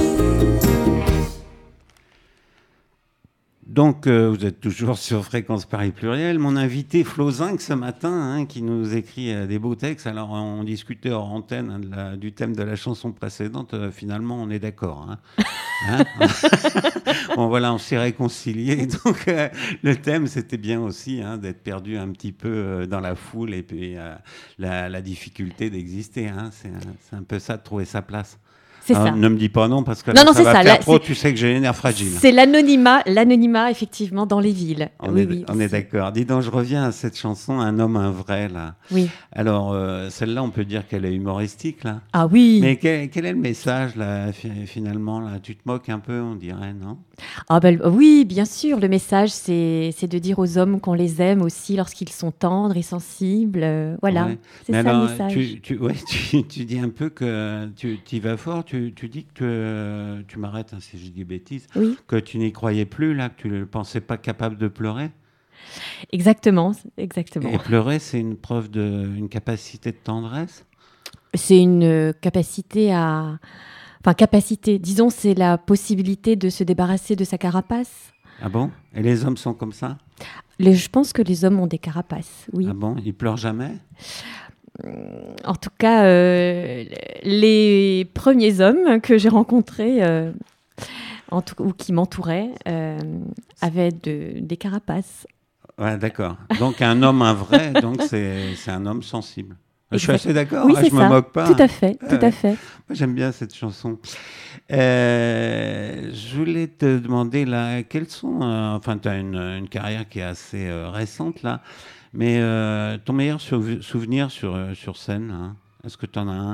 Donc, euh, vous êtes toujours sur Fréquence Paris Pluriel. Mon invité Flo Zinc ce matin, hein, qui nous écrit euh, des beaux textes. Alors, on discutait hors antenne, hein, de la- du thème de la chanson précédente. Euh, finalement, on est d'accord. Hein. Hein bon, voilà, on s'est réconciliés. Donc, euh, le thème, c'était bien aussi, hein, d'être perdu un petit peu euh, dans la foule et puis euh, la, la difficulté d'exister. Hein. C'est, un- c'est un peu ça, de trouver sa place. C'est Alors, ça. ne me dis pas non, parce que Non, là, non, ça c'est va ça, faire là, trop. c'est- Tu sais que j'ai les nerfs fragiles. C'est l'anonymat, l'anonymat effectivement dans les villes. On, oui, est, oui, on est c'est- d'accord. Dis donc, je reviens à cette chanson, Un homme, un vrai, là. Oui. Alors, euh, celle-là, on peut dire qu'elle est humoristique, là. Ah oui. Mais quel, quel est le message, là, fi- finalement, là? Tu te moques un peu, on dirait, non? Ah ben, oui, bien sûr. Le message, c'est, c'est de dire aux hommes qu'on les aime aussi lorsqu'ils sont tendres et sensibles. euh, voilà. Ouais. C'est Mais ça alors, le message. Tu, tu, ouais, tu, tu dis un peu que tu y vas fort. Tu, tu dis que tu, tu m'arrêtes hein, si je dis bêtises, Oui, que tu n'y croyais plus, là, que tu ne pensais pas capable de pleurer. exactement. exactement. Et pleurer, c'est une preuve de, une capacité de tendresse. C'est une euh, capacité à... Enfin, capacité, disons, c'est la possibilité de se débarrasser de sa carapace. Ah bon? Et les hommes sont comme ça? Les- je pense que les hommes ont des carapaces, oui. Ah bon? Ils pleurent jamais? en tout cas, euh, les premiers hommes que j'ai rencontrés, euh, en tout, ou qui m'entouraient, euh, avaient de, des carapaces. Ouais, d'accord. Donc un homme, un vrai, donc c'est, c'est un homme sensible. Je suis assez d'accord, oui, hein, c'est je ça. me moque pas. Tout à fait, tout ouais. à fait. Moi, j'aime bien cette chanson. Euh, je voulais te demander, là, quels sont... Euh, enfin, tu as une, une carrière qui est assez euh, récente, là, mais euh, ton meilleur sou- souvenir sur, euh, sur scène, hein, est-ce que tu en as un ?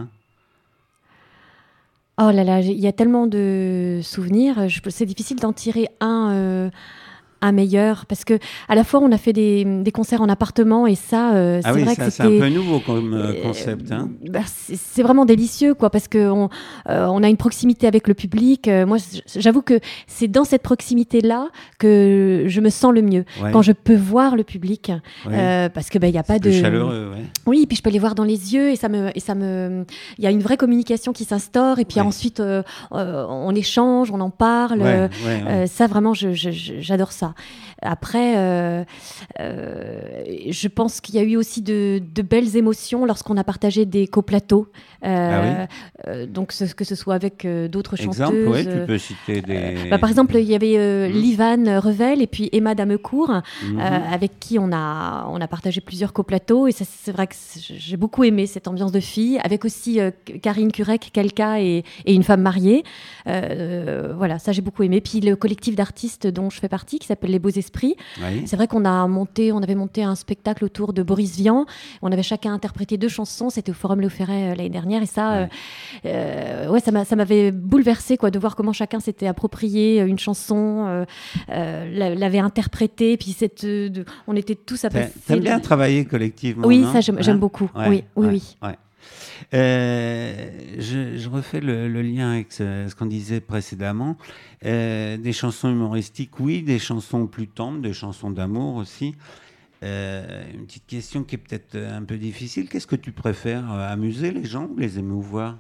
Oh là là, il y a tellement de souvenirs. Je, c'est difficile d'en tirer un... Euh, un meilleur, parce que à la fois on a fait des, des concerts en appartement et ça euh, ah c'est oui, vrai ça, que c'est c'était un peu nouveau comme euh, concept hein. euh, bah, c'est, c'est vraiment délicieux quoi, parce que on, euh, on a une proximité avec le public. Euh, moi j'avoue que c'est dans cette proximité là que je me sens le mieux, ouais. Quand je peux voir le public, ouais. euh, parce que bah, y a pas c'est de chaleureux, ouais. Oui, et puis je peux les voir dans les yeux et ça me et ça me il y a une vraie communication qui s'instaure et puis ouais. ensuite euh, euh, on échange, on en parle, ouais, ouais, ouais. Euh, ça vraiment je, je, je, j'adore ça. Après, euh, euh, je pense qu'il y a eu aussi de, de belles émotions lorsqu'on a partagé des coplateaux. Euh, ah oui euh, donc, ce, que ce soit avec euh, d'autres exemple, chanteuses. Oui, tu peux citer des... Euh, bah, par exemple, il y avait euh, mmh. Livan Revel et puis Emma Damecourt, mmh. euh, avec qui on a, on a partagé plusieurs coplateaux. Et ça, c'est vrai que j'ai beaucoup aimé cette ambiance de filles, avec aussi euh, Karine Curec, Kelka et, et une femme mariée. Euh, voilà, ça, j'ai beaucoup aimé. Puis le collectif d'artistes dont je fais partie, qui s'appelle Les Beaux Esprits. Oui. C'est vrai qu'on a monté, on avait monté un spectacle autour de Boris Vian. On avait chacun interprété deux chansons. C'était au Forum Léo Ferré euh, l'année dernière. Et ça, ouais, euh, ouais ça, m'a, ça m'avait bouleversée, quoi, de voir comment chacun s'était approprié une chanson, euh, euh, l'avait interprétée. Puis cette, euh, de, on était tous à passer. T'aimes bien travailler collectivement? Oui, non ça j'aime, hein j'aime beaucoup. Ouais, oui, oui, ouais, oui. Ouais. Euh, je, je refais le, le lien avec ce, ce qu'on disait précédemment. Euh, des chansons humoristiques, oui, des chansons plus tendres, des chansons d'amour aussi. Euh, une petite question qui est peut-être un peu difficile. Qu'est-ce que tu préfères, amuser les gens ou les émouvoir?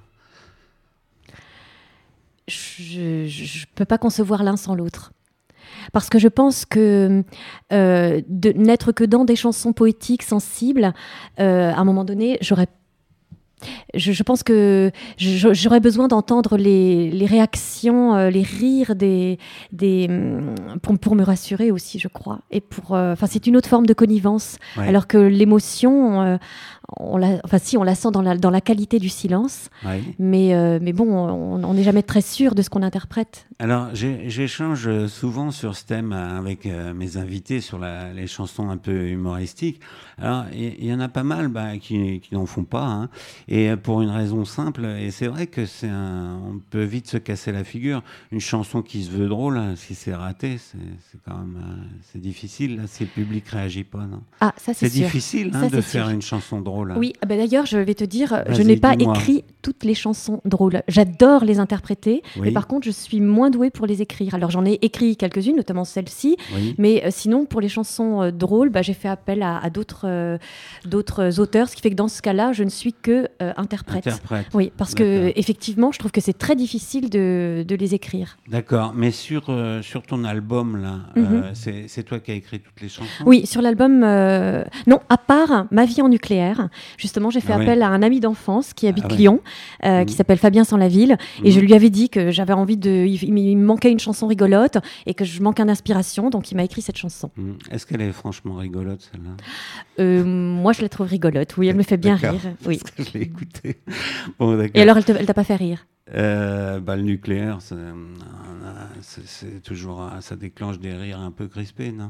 Je ne peux pas concevoir l'un sans l'autre. Parce que je pense que euh, de n'être que dans des chansons poétiques, sensibles, euh, à un moment donné, j'aurais Je, je pense que je, j'aurais besoin d'entendre les, les réactions, euh, les rires des, des, pour, pour me rassurer aussi, je crois. Et pour, enfin, euh, c'est une autre forme de connivence. Ouais. Alors que l'émotion, euh, on la, enfin, si, on la sent dans la, dans la qualité du silence. Ouais. Mais, euh, mais bon, on n'est jamais très sûr de ce qu'on interprète. Alors, j'ai, j'échange souvent sur ce thème avec euh, mes invités sur la, les chansons un peu humoristiques. Alors, il y, y en a pas mal bah, qui, qui n'en font pas, hein. Et pour une raison simple, et c'est vrai que c'est un, on peut vite se casser la figure. Une chanson qui se veut drôle, si c'est raté, c'est, c'est quand même c'est difficile. Là, si le public réagit pas, non. Ah, ça c'est, c'est sûr. difficile hein, ça, de c'est faire sûr. Une chanson drôle. Oui, bah d'ailleurs, je vais te dire, Vas-y, je n'ai pas dis-moi. écrit toutes les chansons drôles. J'adore les interpréter, oui. Mais par contre, je suis moins douée pour les écrire. Alors, j'en ai écrit quelques-unes, notamment celle-ci. Oui. Mais euh, sinon, pour les chansons euh, drôles, bah, j'ai fait appel à, à d'autres, euh, d'autres auteurs, ce qui fait que dans ce cas-là, je ne suis que euh, interprète. Interprète. Oui, parce D'accord. que effectivement, je trouve que c'est très difficile de, de les écrire. D'accord, mais sur, euh, sur ton album, là, mm-hmm. euh, c'est, c'est toi qui as écrit toutes les chansons? Oui, sur l'album, euh, non, à part Ma vie en nucléaire. Justement, j'ai fait ah appel oui. à un ami d'enfance qui habite ah oui. Lyon, euh, mmh. qui s'appelle Fabien Sans-la-Ville, mmh. et je lui avais dit que j'avais envie de... Il, il me manquait une chanson rigolote et que je manquais d'inspiration, donc il m'a écrit cette chanson. Mmh. Est-ce qu'elle est franchement rigolote, celle-là? euh, Moi, je la trouve rigolote, oui, elle me fait bien d'accord. rire. Oui. Parce que je l'ai écoutée. Bon, et alors, elle, te, elle t'a pas fait rire? Euh, bah, le nucléaire, c'est, c'est, c'est toujours, ça déclenche des rires un peu crispés, non?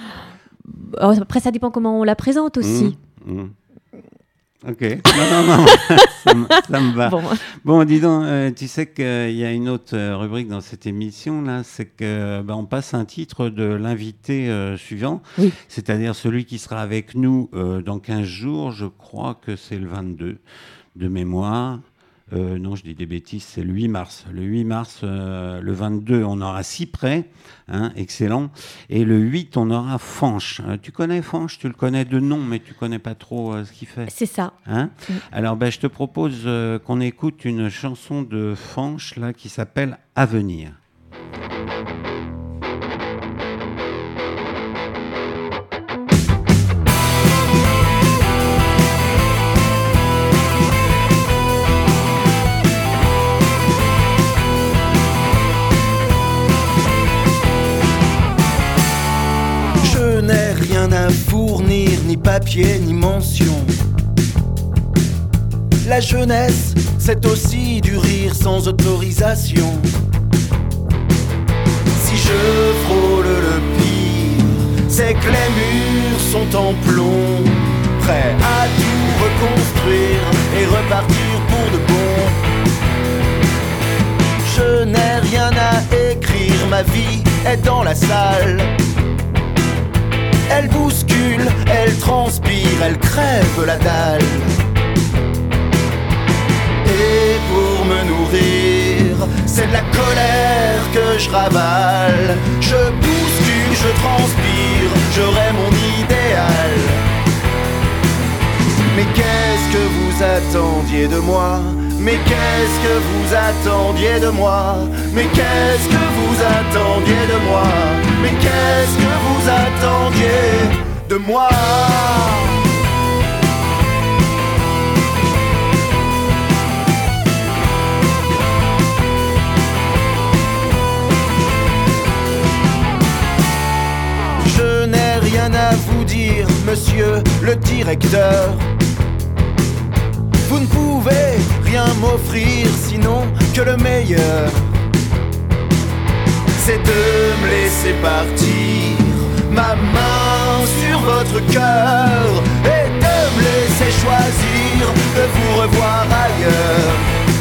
Alors, après, ça dépend comment on la présente aussi. Mmh, mmh. Ok, non, non, non, ça, me, ça me va. Bon, bon dis donc, euh, tu sais qu'il euh, y a une autre euh, rubrique dans cette émission, là, c'est que bah, on passe un titre de l'invité euh, suivant, oui. C'est-à-dire celui qui sera avec nous euh, dans quinze jours, je crois que c'est le vingt-deux de mémoire. Euh, non, je dis des bêtises, c'est le huit mars. Le huit mars, euh, le vingt-deux, on aura Cyprès, hein, excellent. Et le huit, on aura Fanche. Euh, tu connais Fanche? Tu le connais de nom, mais tu connais pas trop euh, ce qu'il fait. C'est ça. Hein mmh. Alors, ben, je te propose euh, qu'on écoute une chanson de Fanche là, qui s'appelle Avenir. papier ni mention. La jeunesse, c'est aussi du rire sans autorisation. Si je frôle le pire, c'est que les murs sont en plomb, prêts à tout reconstruire et repartir pour de bon. Je n'ai rien à écrire, ma vie est dans la salle. Elle bouscule, elle transpire, elle crève la dalle. Et pour me nourrir, c'est de la colère que je ravale. Je bouscule, je transpire, j'aurai mon idéal. Mais qu'est-ce que vous attendiez de moi? Mais qu'est-ce que vous attendiez de moi? Mais qu'est-ce que vous attendiez de moi? Mais qu'est-ce que vous attendiez de moi? Je n'ai rien à vous dire, monsieur le directeur. Vous ne pouvez rien m'offrir sinon que le meilleur. C'est de me laisser partir, ma main sur votre cœur, et de me laisser choisir de vous revoir ailleurs.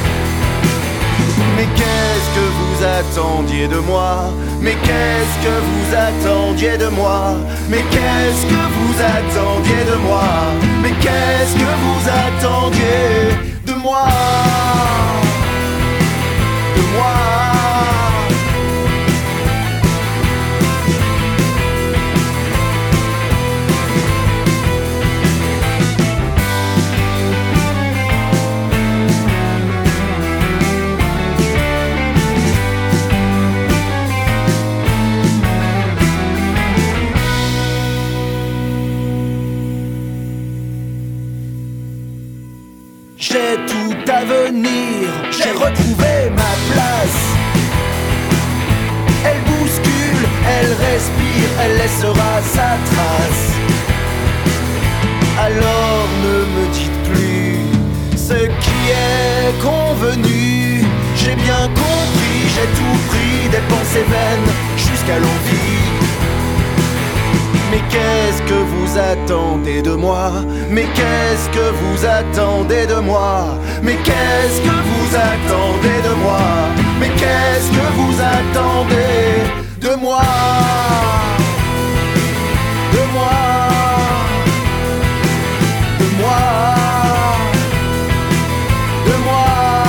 Mais qu'est-ce que vous attendiez de moi? Mais qu'est-ce que vous attendiez de moi? Mais qu'est-ce que vous attendiez de moi? Mais qu'est-ce que vous attendiez de moi? De moi? J'ai tout à venir, j'ai retrouvé ma place. Elle bouscule, elle respire, elle laissera sa trace. Alors ne me dites plus ce qui est convenu. J'ai bien compris, j'ai tout pris, des pensées vaines jusqu'à l'envie. Mais qu'est-ce que vous attendez de moi? Mais qu'est-ce que vous attendez de moi? Mais qu'est-ce que vous attendez de moi? Mais qu'est-ce que vous attendez de moi? De moi? De moi? De moi?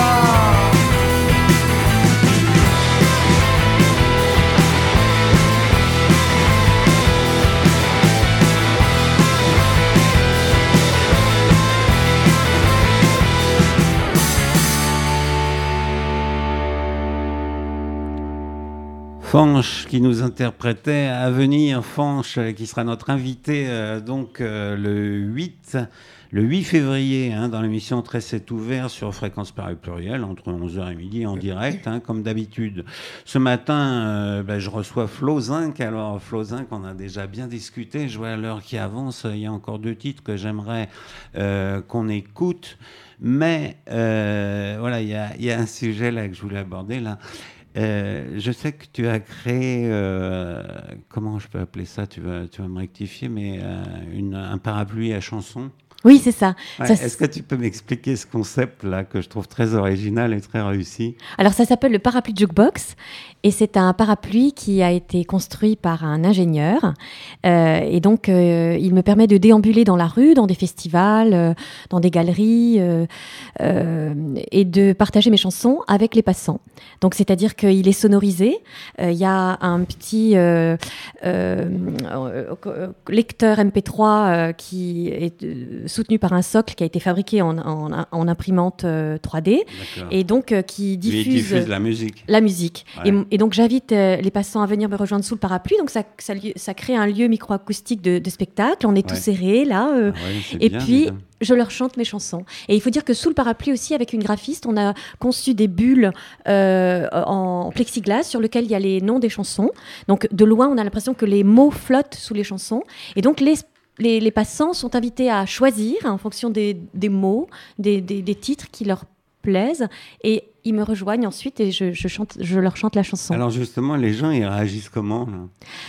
Fanche qui nous interprétait à venir, Fanche qui sera notre invité euh, donc euh, le huit le huit février hein, dans l'émission Très c'est ouvert sur Fréquence Paris Pluriel entre onze heures et midi en direct hein, comme d'habitude. Ce matin euh, ben, je reçois Flo Zinc. Alors Flo Zinc, on a déjà bien discuté, je vois à l'heure qui avance, il y a encore deux titres que j'aimerais euh, qu'on écoute, mais euh, voilà, il y a, y a un sujet là que je voulais aborder là. Euh, je sais que tu as créé, euh, comment je peux appeler ça, tu vas, tu vas me rectifier, mais euh, une, un parapluie à chansons. Oui, c'est ça. Ouais, ça est-ce que tu peux m'expliquer ce concept-là que je trouve très original et très réussi? Alors, ça s'appelle le parapluie jukebox et c'est un parapluie qui a été construit par un ingénieur. Euh, et donc, euh, il me permet de déambuler dans la rue, dans des festivals, euh, dans des galeries euh, euh, et de partager mes chansons avec les passants. Donc, c'est-à-dire qu'il est sonorisé. Il euh, y a un petit euh, euh, euh, lecteur M P trois euh, qui est euh, soutenu par un socle qui a été fabriqué en, en, en imprimante euh, trois D. D'accord. Et donc euh, qui diffuse, Lui, diffuse la musique. La musique. Ouais. Et, et donc j'invite euh, les passants à venir me rejoindre sous le parapluie. Donc ça, ça, ça crée un lieu micro-acoustique de, de spectacle. On est ouais. tous serrés là. Euh, ah ouais, et bien, puis déjà. Je leur chante mes chansons. Et il faut dire que sous le parapluie aussi, avec une graphiste, on a conçu des bulles euh, en plexiglas sur lesquelles il y a les noms des chansons. Donc de loin, on a l'impression que les mots flottent sous les chansons. Et donc les les, les passants sont invités à choisir en fonction des, des mots, des, des, des titres qui leur plaisent, et ils me rejoignent ensuite et je, je, chante, je leur chante la chanson. Alors justement, les gens, ils réagissent comment là ?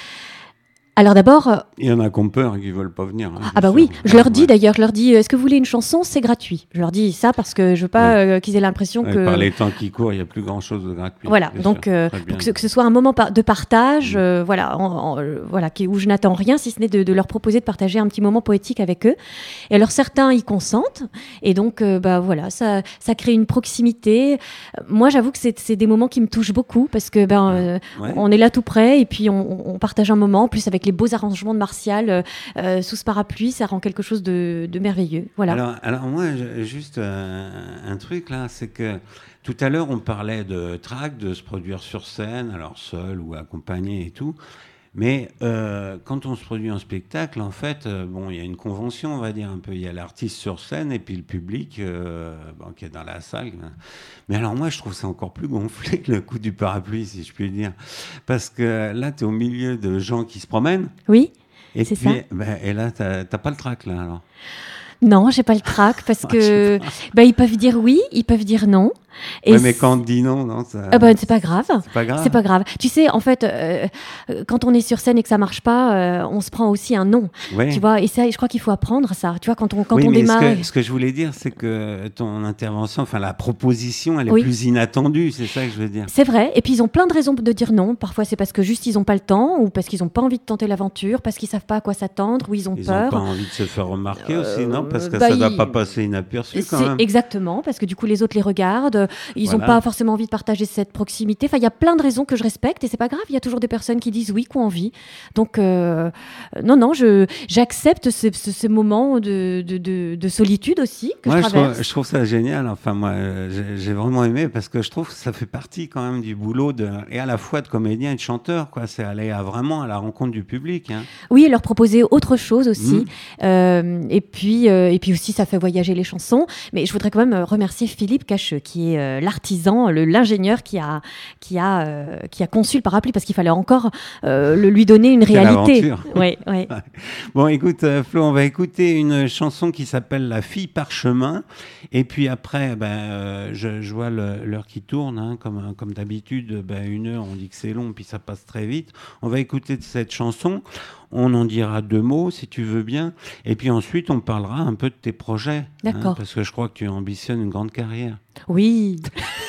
Alors d'abord... Euh... Il y en a qui ont peur, qui ne veulent pas venir. Hein, ah bah sûr. oui, je ah, leur dis ouais. d'ailleurs, je leur dis, est-ce que vous voulez une chanson ? C'est gratuit. Je leur dis ça parce que je veux pas ouais. euh, qu'ils aient l'impression ouais, que... Par les temps qui courent, il n'y a plus grand-chose de gratuit. Voilà, donc euh, pour que ce, que ce soit un moment par- de partage, mmh. euh, voilà, en, en, euh, voilà, qui, où je n'attends rien, si ce n'est de, de leur proposer de partager un petit moment poétique avec eux. Et alors certains y consentent, et donc euh, bah voilà, ça, ça crée une proximité. Moi, j'avoue que c'est, c'est des moments qui me touchent beaucoup parce que ben, euh, ouais. on est là tout près et puis on, on partage un moment. En plus avec les beaux arrangements de Martial euh, sous ce parapluie, ça rend quelque chose de, de merveilleux. Voilà. Alors, alors moi, juste euh, un truc là, c'est que tout à l'heure, on parlait de track, de se produire sur scène, alors seul ou accompagné et tout. Mais euh, quand on se produit en spectacle, en fait, euh, bon, il y a une convention, on va dire un peu. Il y a l'artiste sur scène et puis le public euh, bon, qui est dans la salle. Mais alors moi, je trouve ça encore plus gonflé que le coup du parapluie, si je puis dire. Parce que là, tu es au milieu de gens qui se promènent. Oui. Et c'est puis, ça. Ben, et là, t'as, t'as pas le trac, là, alors. Non, j'ai pas le trac parce que bah, ils peuvent dire oui, ils peuvent dire non. Et ouais, mais quand on dit non, non, ça... ah bah, c'est pas grave. C'est pas grave. C'est pas grave. Tu sais, en fait, euh, quand on est sur scène et que ça marche pas, euh, on se prend aussi un non. Ouais. Tu vois, et ça, je crois qu'il faut apprendre ça. Tu vois, quand on quand oui, on mais démarre. Ce que, ce que je voulais dire, c'est que ton intervention, enfin la proposition, elle est oui. plus inattendue. C'est ça que je veux dire. C'est vrai. Et puis ils ont plein de raisons de dire non. Parfois, c'est parce que juste ils ont pas le temps, ou parce qu'ils ont pas envie de tenter l'aventure, parce qu'ils savent pas à quoi s'attendre, ou ils ont ils peur. Ils ont pas envie de se faire remarquer euh, aussi, non ? Parce que bah, ça ne ils... doit pas passer inaperçu quand c'est même. Exactement, parce que du coup les autres les regardent. Ils voilà. ont pas forcément envie de partager cette proximité. Enfin, il y a plein de raisons que je respecte et c'est pas grave. Il y a toujours des personnes qui disent oui, qui ont envie. Donc, euh, non, non, je, j'accepte ce, ce, ce moment de, de, de, de solitude aussi que moi, je traverse. Je trouve, je trouve ça génial. Enfin, moi, j'ai, j'ai vraiment aimé parce que je trouve que ça fait partie quand même du boulot de, et à la fois de comédien et de chanteur, quoi. C'est aller à, vraiment à la rencontre du public. Hein. Oui, et leur proposer autre chose aussi. Mmh. Euh, et puis, euh, et puis aussi, ça fait voyager les chansons. Mais je voudrais quand même remercier Philippe Cacheux, qui est euh, l'artisan, le l'ingénieur qui a, qui a, euh, qui a conçu le parapluie parce qu'il fallait encore euh, le lui donner une Quelle réalité. Aventure. Ouais, ouais. Bon, écoute, euh, Flo, on va écouter une chanson qui s'appelle La fille parchemin. Et puis après, ben, euh, je, je vois le, l'heure qui tourne, hein, comme, comme d'habitude, ben, une heure, on dit que c'est long, puis ça passe très vite. On va écouter cette chanson. On en dira deux mots, si tu veux bien. Et puis ensuite, on parlera un peu de tes projets. D'accord. Hein, parce que je crois que tu ambitionnes une grande carrière. Oui.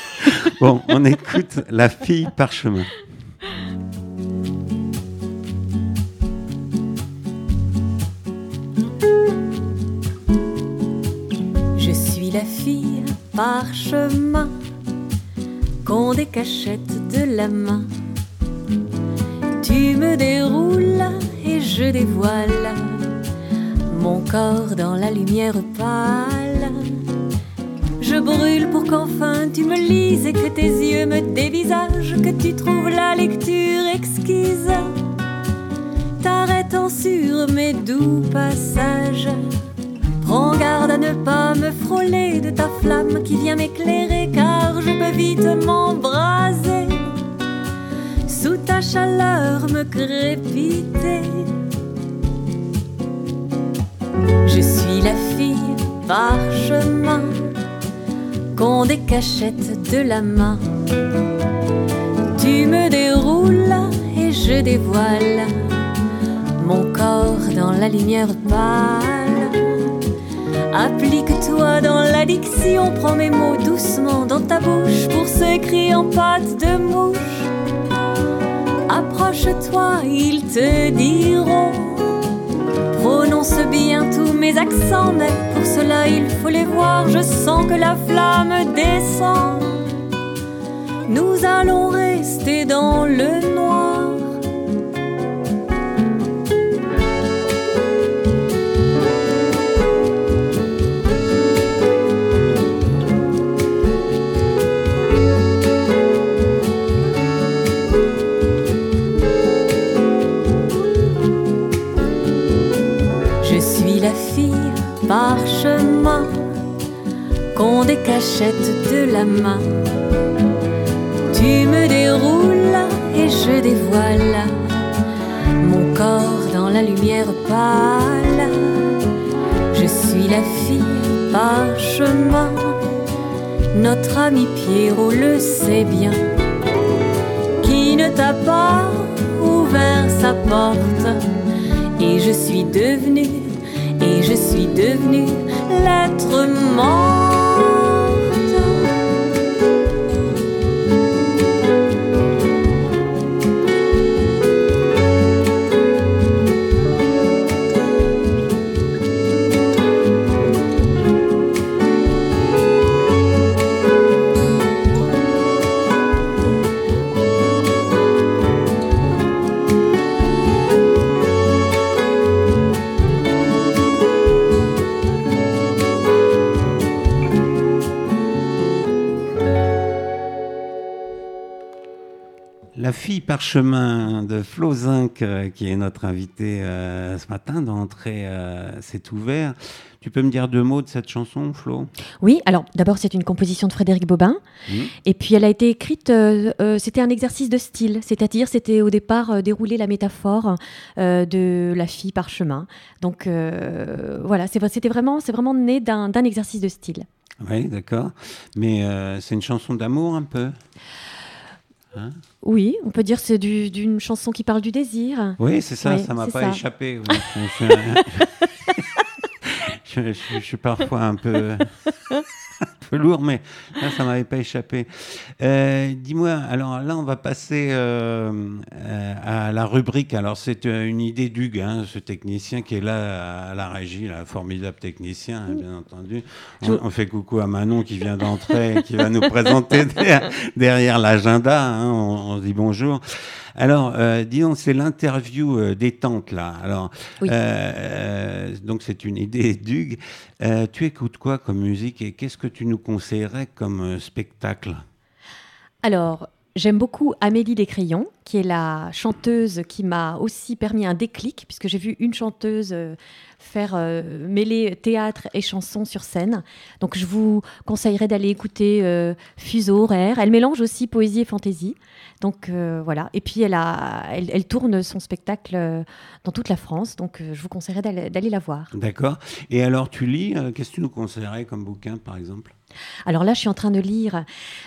Bon, on écoute La fille parchemin. Je suis la fille parchemin qu'ont des cachettes de la main. Tu me déroules et je dévoile mon corps dans la lumière pâle. Je brûle pour qu'enfin tu me lises et que tes yeux me dévisagent, que tu trouves la lecture exquise, t'arrêtant sur mes doux passages. Prends garde à ne pas me frôler de ta flamme qui vient m'éclairer, car je peux vite m'embraser, sous ta chaleur me crépiter. Je suis la fille parchemin qu'ont des cachettes de la main. Tu me déroules et je dévoile mon corps dans la lumière pâle. Applique-toi dans l'addiction, prends mes mots doucement dans ta bouche pour s'écrire en pâte de mouche. Approche-toi, ils te diront, prononce bien tous mes accents, mais pour cela il faut les voir. Je sens que la flamme descend. Nous allons rester dans le noir. Parchemin qu'ont des cachettes de la main. Tu me déroules et je dévoile mon corps dans la la lumière pâle. Je suis la fille parchemin. Notre ami Pierrot le sait bien. Qui ne t'a pas ouvert sa porte? Et je suis devenue, et je suis devenue l'être morte. La fille parchemin de Flo Zinc, euh, qui est notre invitée euh, ce matin d'entrée, euh, c'est ouvert. Tu peux me dire deux mots de cette chanson, Flo ? Oui, alors d'abord c'est une composition de Frédéric Bobin, mmh. et puis elle a été écrite, euh, euh, c'était un exercice de style, c'est-à-dire c'était au départ euh, dérouler la métaphore euh, de la fille parchemin. Donc euh, voilà, c'est, c'était vraiment, c'est vraiment né d'un, d'un exercice de style. Oui, d'accord. Mais euh, c'est une chanson d'amour un peu ? Hein ? Oui, on peut dire que c'est du, d'une chanson qui parle du désir. Oui, c'est ça, oui, ça m'a c'est pas ça. échappé. Oui. je, je, je, je, je suis parfois un peu, un peu lourd, mais là, ça m'avait pas échappé. Euh, dis-moi, alors là, on va passer euh, à la rubrique. Alors, c'est une idée d'Hugues, hein, ce technicien qui est là à la régie, là, formidable technicien, hein, bien entendu. On, on fait coucou à Manon qui vient d'entrer, qui va nous présenter derrière, derrière l'agenda. Hein, on, on dit bonjour. Alors, euh, disons, c'est l'interview euh, détente, là. Alors, oui. euh, donc, c'est une idée d'Hugues. Euh, tu écoutes quoi comme musique et qu'est-ce que tu nous conseillerais comme euh, spectacle ? Alors, j'aime beaucoup Amélie Descrayons, qui est la chanteuse qui m'a aussi permis un déclic, puisque j'ai vu une chanteuse euh, faire euh, mêler théâtre et chanson sur scène. Donc, je vous conseillerais d'aller écouter euh, Fuseau horaire. Elle mélange aussi poésie et fantaisie. Donc, euh, voilà. Et puis, elle, a, elle, elle tourne son spectacle euh, dans toute la France. Donc, euh, je vous conseillerais d'aller, d'aller la voir. D'accord. Et alors, tu lis, euh, qu'est-ce que tu nous conseillerais comme bouquin, par exemple ? Alors là, je suis en train de lire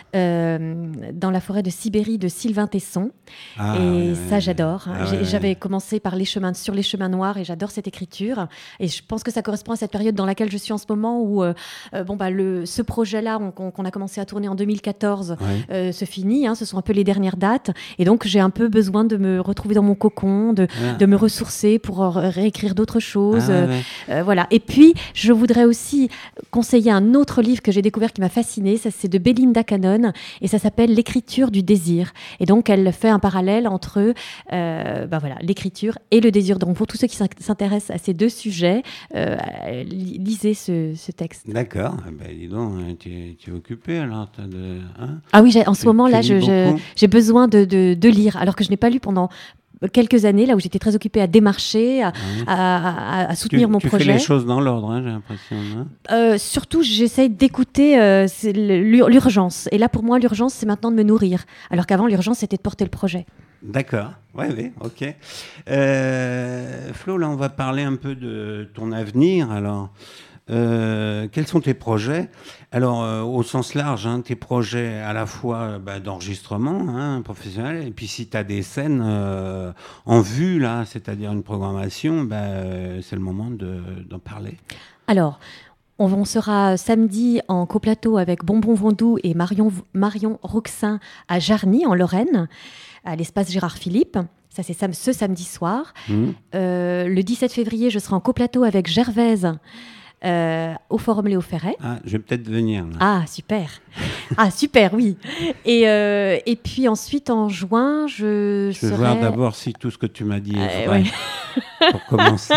euh, Dans la forêt de Sibérie de Sylvain Tesson. Ah, et ouais, ça, ouais. j'adore. Ah, J'ai, ouais. J'avais commencé par les chemins, sur les chemins noirs et j'adore cette écriture. Et je pense que ça correspond à cette période dans laquelle je suis en ce moment où euh, euh, bon, bah, le, ce projet-là on, qu'on, qu'on a commencé à tourner en deux mille quatorze Ouais. euh, se finit. Hein, ce sont un peu les dernières dates. Et donc, j'ai un peu besoin de me retrouver dans mon cocon, de, Ah. de me ressourcer pour euh, réécrire d'autres choses. Ah, ouais, euh, ouais. euh, voilà. Et puis, je voudrais aussi conseiller un autre livre que j'ai découvert qui m'a fascinée. Ça, c'est de Belinda Cannon et ça s'appelle L'écriture du désir. Et donc, elle fait un parallèle entre euh, ben voilà, l'écriture et le désir. Donc, pour tous ceux qui s'intéressent à ces deux sujets, euh, lisez ce, ce texte. D'accord. Eh ben, dis donc, tu es, tu es occupé alors t'as de, hein Ah oui, j'ai, en ce Tu- moment, tu là, lis je, je, beaucoup j'ai besoin de, de, de lire, alors que je n'ai pas lu pendant quelques années, là où j'étais très occupée à démarcher, à, Ouais. à, à, à soutenir tu, mon tu projet. fais les choses dans l'ordre, hein, j'ai l'impression. Hein Euh, surtout, j'essaye d'écouter euh, c'est l'ur- l'urgence. Et là, pour moi, l'urgence, c'est maintenant de me nourrir. Alors qu'avant, l'urgence, c'était de porter le projet. D'accord, oui, oui, ok. Euh, Flo, là, on va parler un peu de ton avenir. Alors, euh, quels sont tes projets ? Alors, euh, au sens large, hein, tes projets à la fois euh, bah, d'enregistrement hein, professionnel, et puis si tu as des scènes euh, en vue, là, c'est-à-dire une programmation, bah, euh, c'est le moment de, d'en parler. Alors, on, on sera samedi en coplateau avec Bonbon Vendou et Marion, Marion Roxin à Jarny, en Lorraine, à l'espace Gérard Philippe. Ça, c'est sam- ce samedi soir. Mmh. Euh, le dix-sept février, je serai en coplateau avec Gervaise euh, au Forum Léo Ferret. Ah, je vais peut-être venir. Là. Ah, super. Ah, super, oui. Et, euh, et puis ensuite, en juin, je, Je vais serai... voir d'abord si tout ce que tu m'as dit est Euh, vrai, ouais. pour commencer.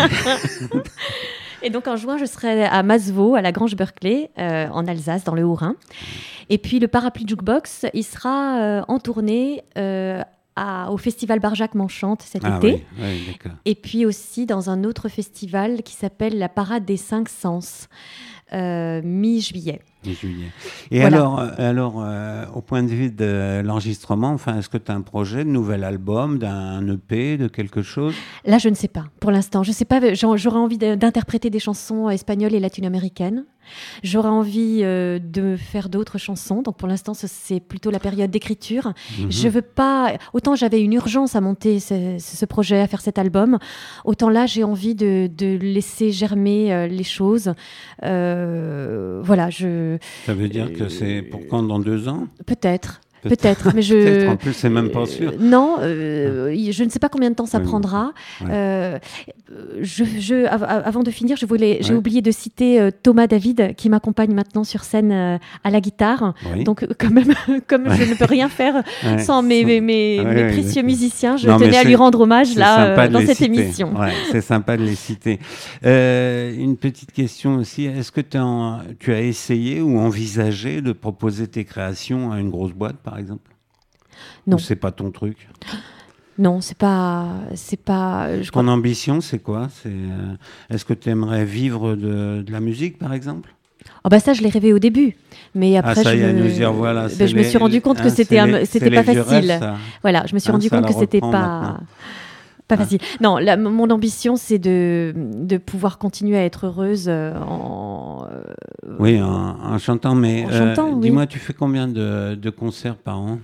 Et donc en juin, je serai à Masevaux, à la Grange Berkeley, euh, en Alsace, dans le Haut-Rhin. Et puis le Parapluie Jukebox, il sera euh, en tournée euh, à, au Festival Barjac M'enchante cet Ah été. oui, oui, d'accord. Et puis aussi dans un autre festival qui s'appelle la Parade des Cinq Sens, euh, mi-juillet. Mi-juillet. Et Voilà. alors, euh, alors euh, au point de vue de l'enregistrement, enfin, est-ce que tu as un projet de nouvel album, d'un E P, de quelque chose? Là, je ne sais pas. Pour l'instant, je sais pas. j'en- J'aurais envie de- d'interpréter des chansons espagnoles et latino-américaines. J'aurais envie euh, de faire d'autres chansons. Donc, pour l'instant, ce- c'est plutôt la période d'écriture. Mhm. Je veux pas. Autant j'avais une urgence à monter ce, ce projet, à faire cet album. Autant là, j'ai envie de, de laisser germer euh, les choses. Euh, voilà, je Ça veut dire que c'est pour quand, dans deux ans? peut-être. Peut-être, mais je. Peut-être, en plus, c'est même pas sûr. Euh, non, euh, je ne sais pas combien de temps ça Oui. prendra. Ouais. Euh, je, je, av- av- avant de finir, je voulais, j'ai Ouais. oublié de citer euh, Thomas David, qui m'accompagne maintenant sur scène euh, à la guitare. Oui. Donc, euh, quand même, comme Ouais. je ne peux rien faire Ouais. sans mes, mes, mes, Ouais, mes ouais, précieux d'accord. musiciens, je Non, mais tenais à c'est- lui rendre hommage C'est là sympa euh, de dans les cette citer. émission. Ouais, c'est sympa de les citer. Euh, une petite question aussi. Est-ce que t'as en- tu as essayé ou envisagé de proposer tes créations à une grosse boîte, par exemple? Non. Ou c'est pas ton truc? Non, c'est pas, c'est pas. Je crois Ton ambition, c'est quoi? C'est, euh, est-ce que tu aimerais vivre de, de la musique, par exemple? Oh bah ça, je l'ai rêvé au début, mais après ah, ça je, y est, me... nous y revoilà. ben, C'est je me les- suis rendu compte que hein, c'était c'est un- les- c'était c'est pas les vieux facile. rêves, ça. Voilà, je me suis Hein, rendu ça compte la que c'était reprend pas maintenant. pas Ah. facile. Non, la- mon ambition c'est de de pouvoir continuer à être heureuse euh, en euh, Oui, en, en chantant, mais En euh, chantant, oui. dis-moi, tu fais combien de, de concerts par an?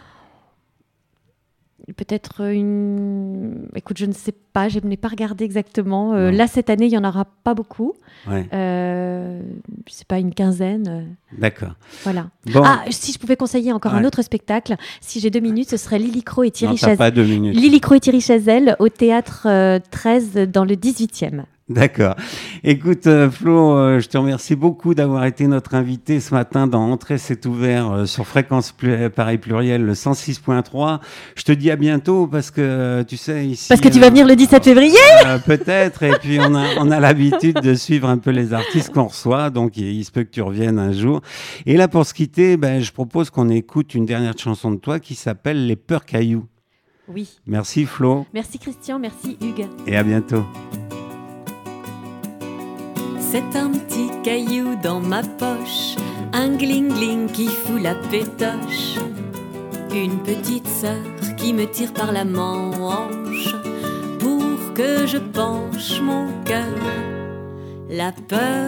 peut-être une. Écoute, je ne sais pas, je n'ai pas regardé exactement. Euh, Non. là cette année, il y en aura pas beaucoup. Ouais, Euh, je sais pas, une quinzaine. euh, d'accord. Voilà. Bon, Ah, si je pouvais conseiller encore un Ouais. autre spectacle, si j'ai deux minutes, ce serait Lily Crow et non, Thierry t'as Chazelle. pas deux minutes. Lily Crow et Thierry Chazelle au théâtre euh, treize dans le dix-huitième. D'accord. Écoute, euh, Flo, euh, je te remercie beaucoup d'avoir été notre invité ce matin dans Entrée, c'est ouvert euh, sur Fréquence Plu- Paris Pluriel, le cent six point trois. Je te dis à bientôt parce que, euh, tu sais, ici... Parce que tu vas euh, venir le dix-sept février. euh, peut-être, et puis on a, on a l'habitude de suivre un peu les artistes qu'on reçoit, donc il, il se peut que tu reviennes un jour. Et là, pour se quitter, ben, je propose qu'on écoute une dernière chanson de toi qui s'appelle Les Peurs Cailloux. Oui. Merci Flo, Merci Christian, merci Hugues. et à bientôt. C'est un petit caillou dans ma poche, un gling-gling qui fout la pétoche. Une petite sœur qui me tire par la manche pour que je penche mon cœur. La peur,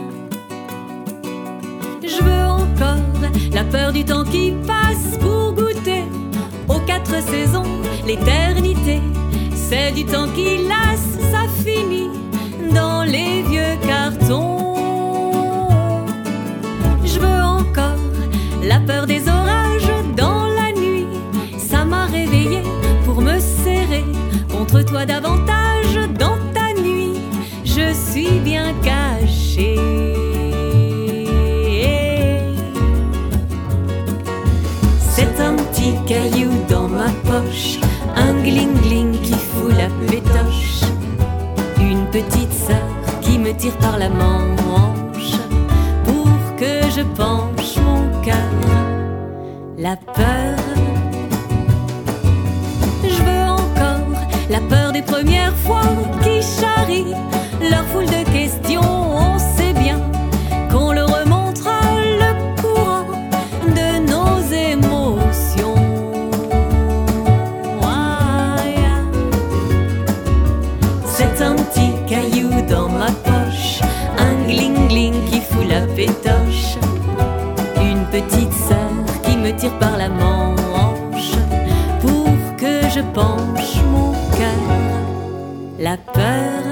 je veux encore la peur du temps qui passe pour goûter aux quatre saisons, l'éternité. C'est du temps qui lasse, ça finit dans les vieux cartons. Je veux encore la peur des orages dans la nuit. Ça m'a réveillée pour me serrer contre toi davantage dans ta nuit. Je suis bien cachée. C'est un petit caillou dans ma poche, un gling-gling qui fout la pétoche. Une petite sœur qui me tire par la manche pour que je penche mon cœur. La peur, je veux encore la peur des premières fois qui charrient leur foule de questions. On sait bien qu'on le remontera le courant de nos émotions. Ah, yeah. C'est un petit caillou dans ma poche, un gling-gling qui fout la pétoche. Une petite sœur qui me tire par la manche pour que je penche mon cœur. La peur,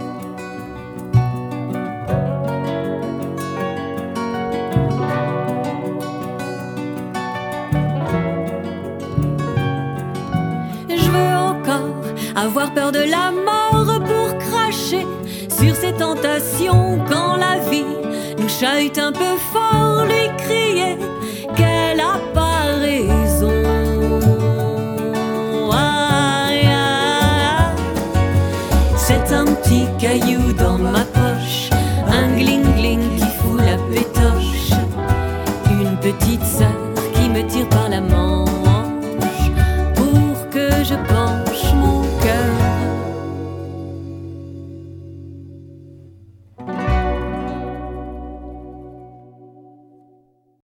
je veux encore avoir peur de la mort pour cracher sur ses tentations quand la vie nous chahute un peu fort, lui crier qu'elle a pas raison. Ah, ah, ah. C'est un petit caillou dans ma poche, un gling-gling qui fout la pétoche. Une petite sœur qui me tire par la manche pour que je pense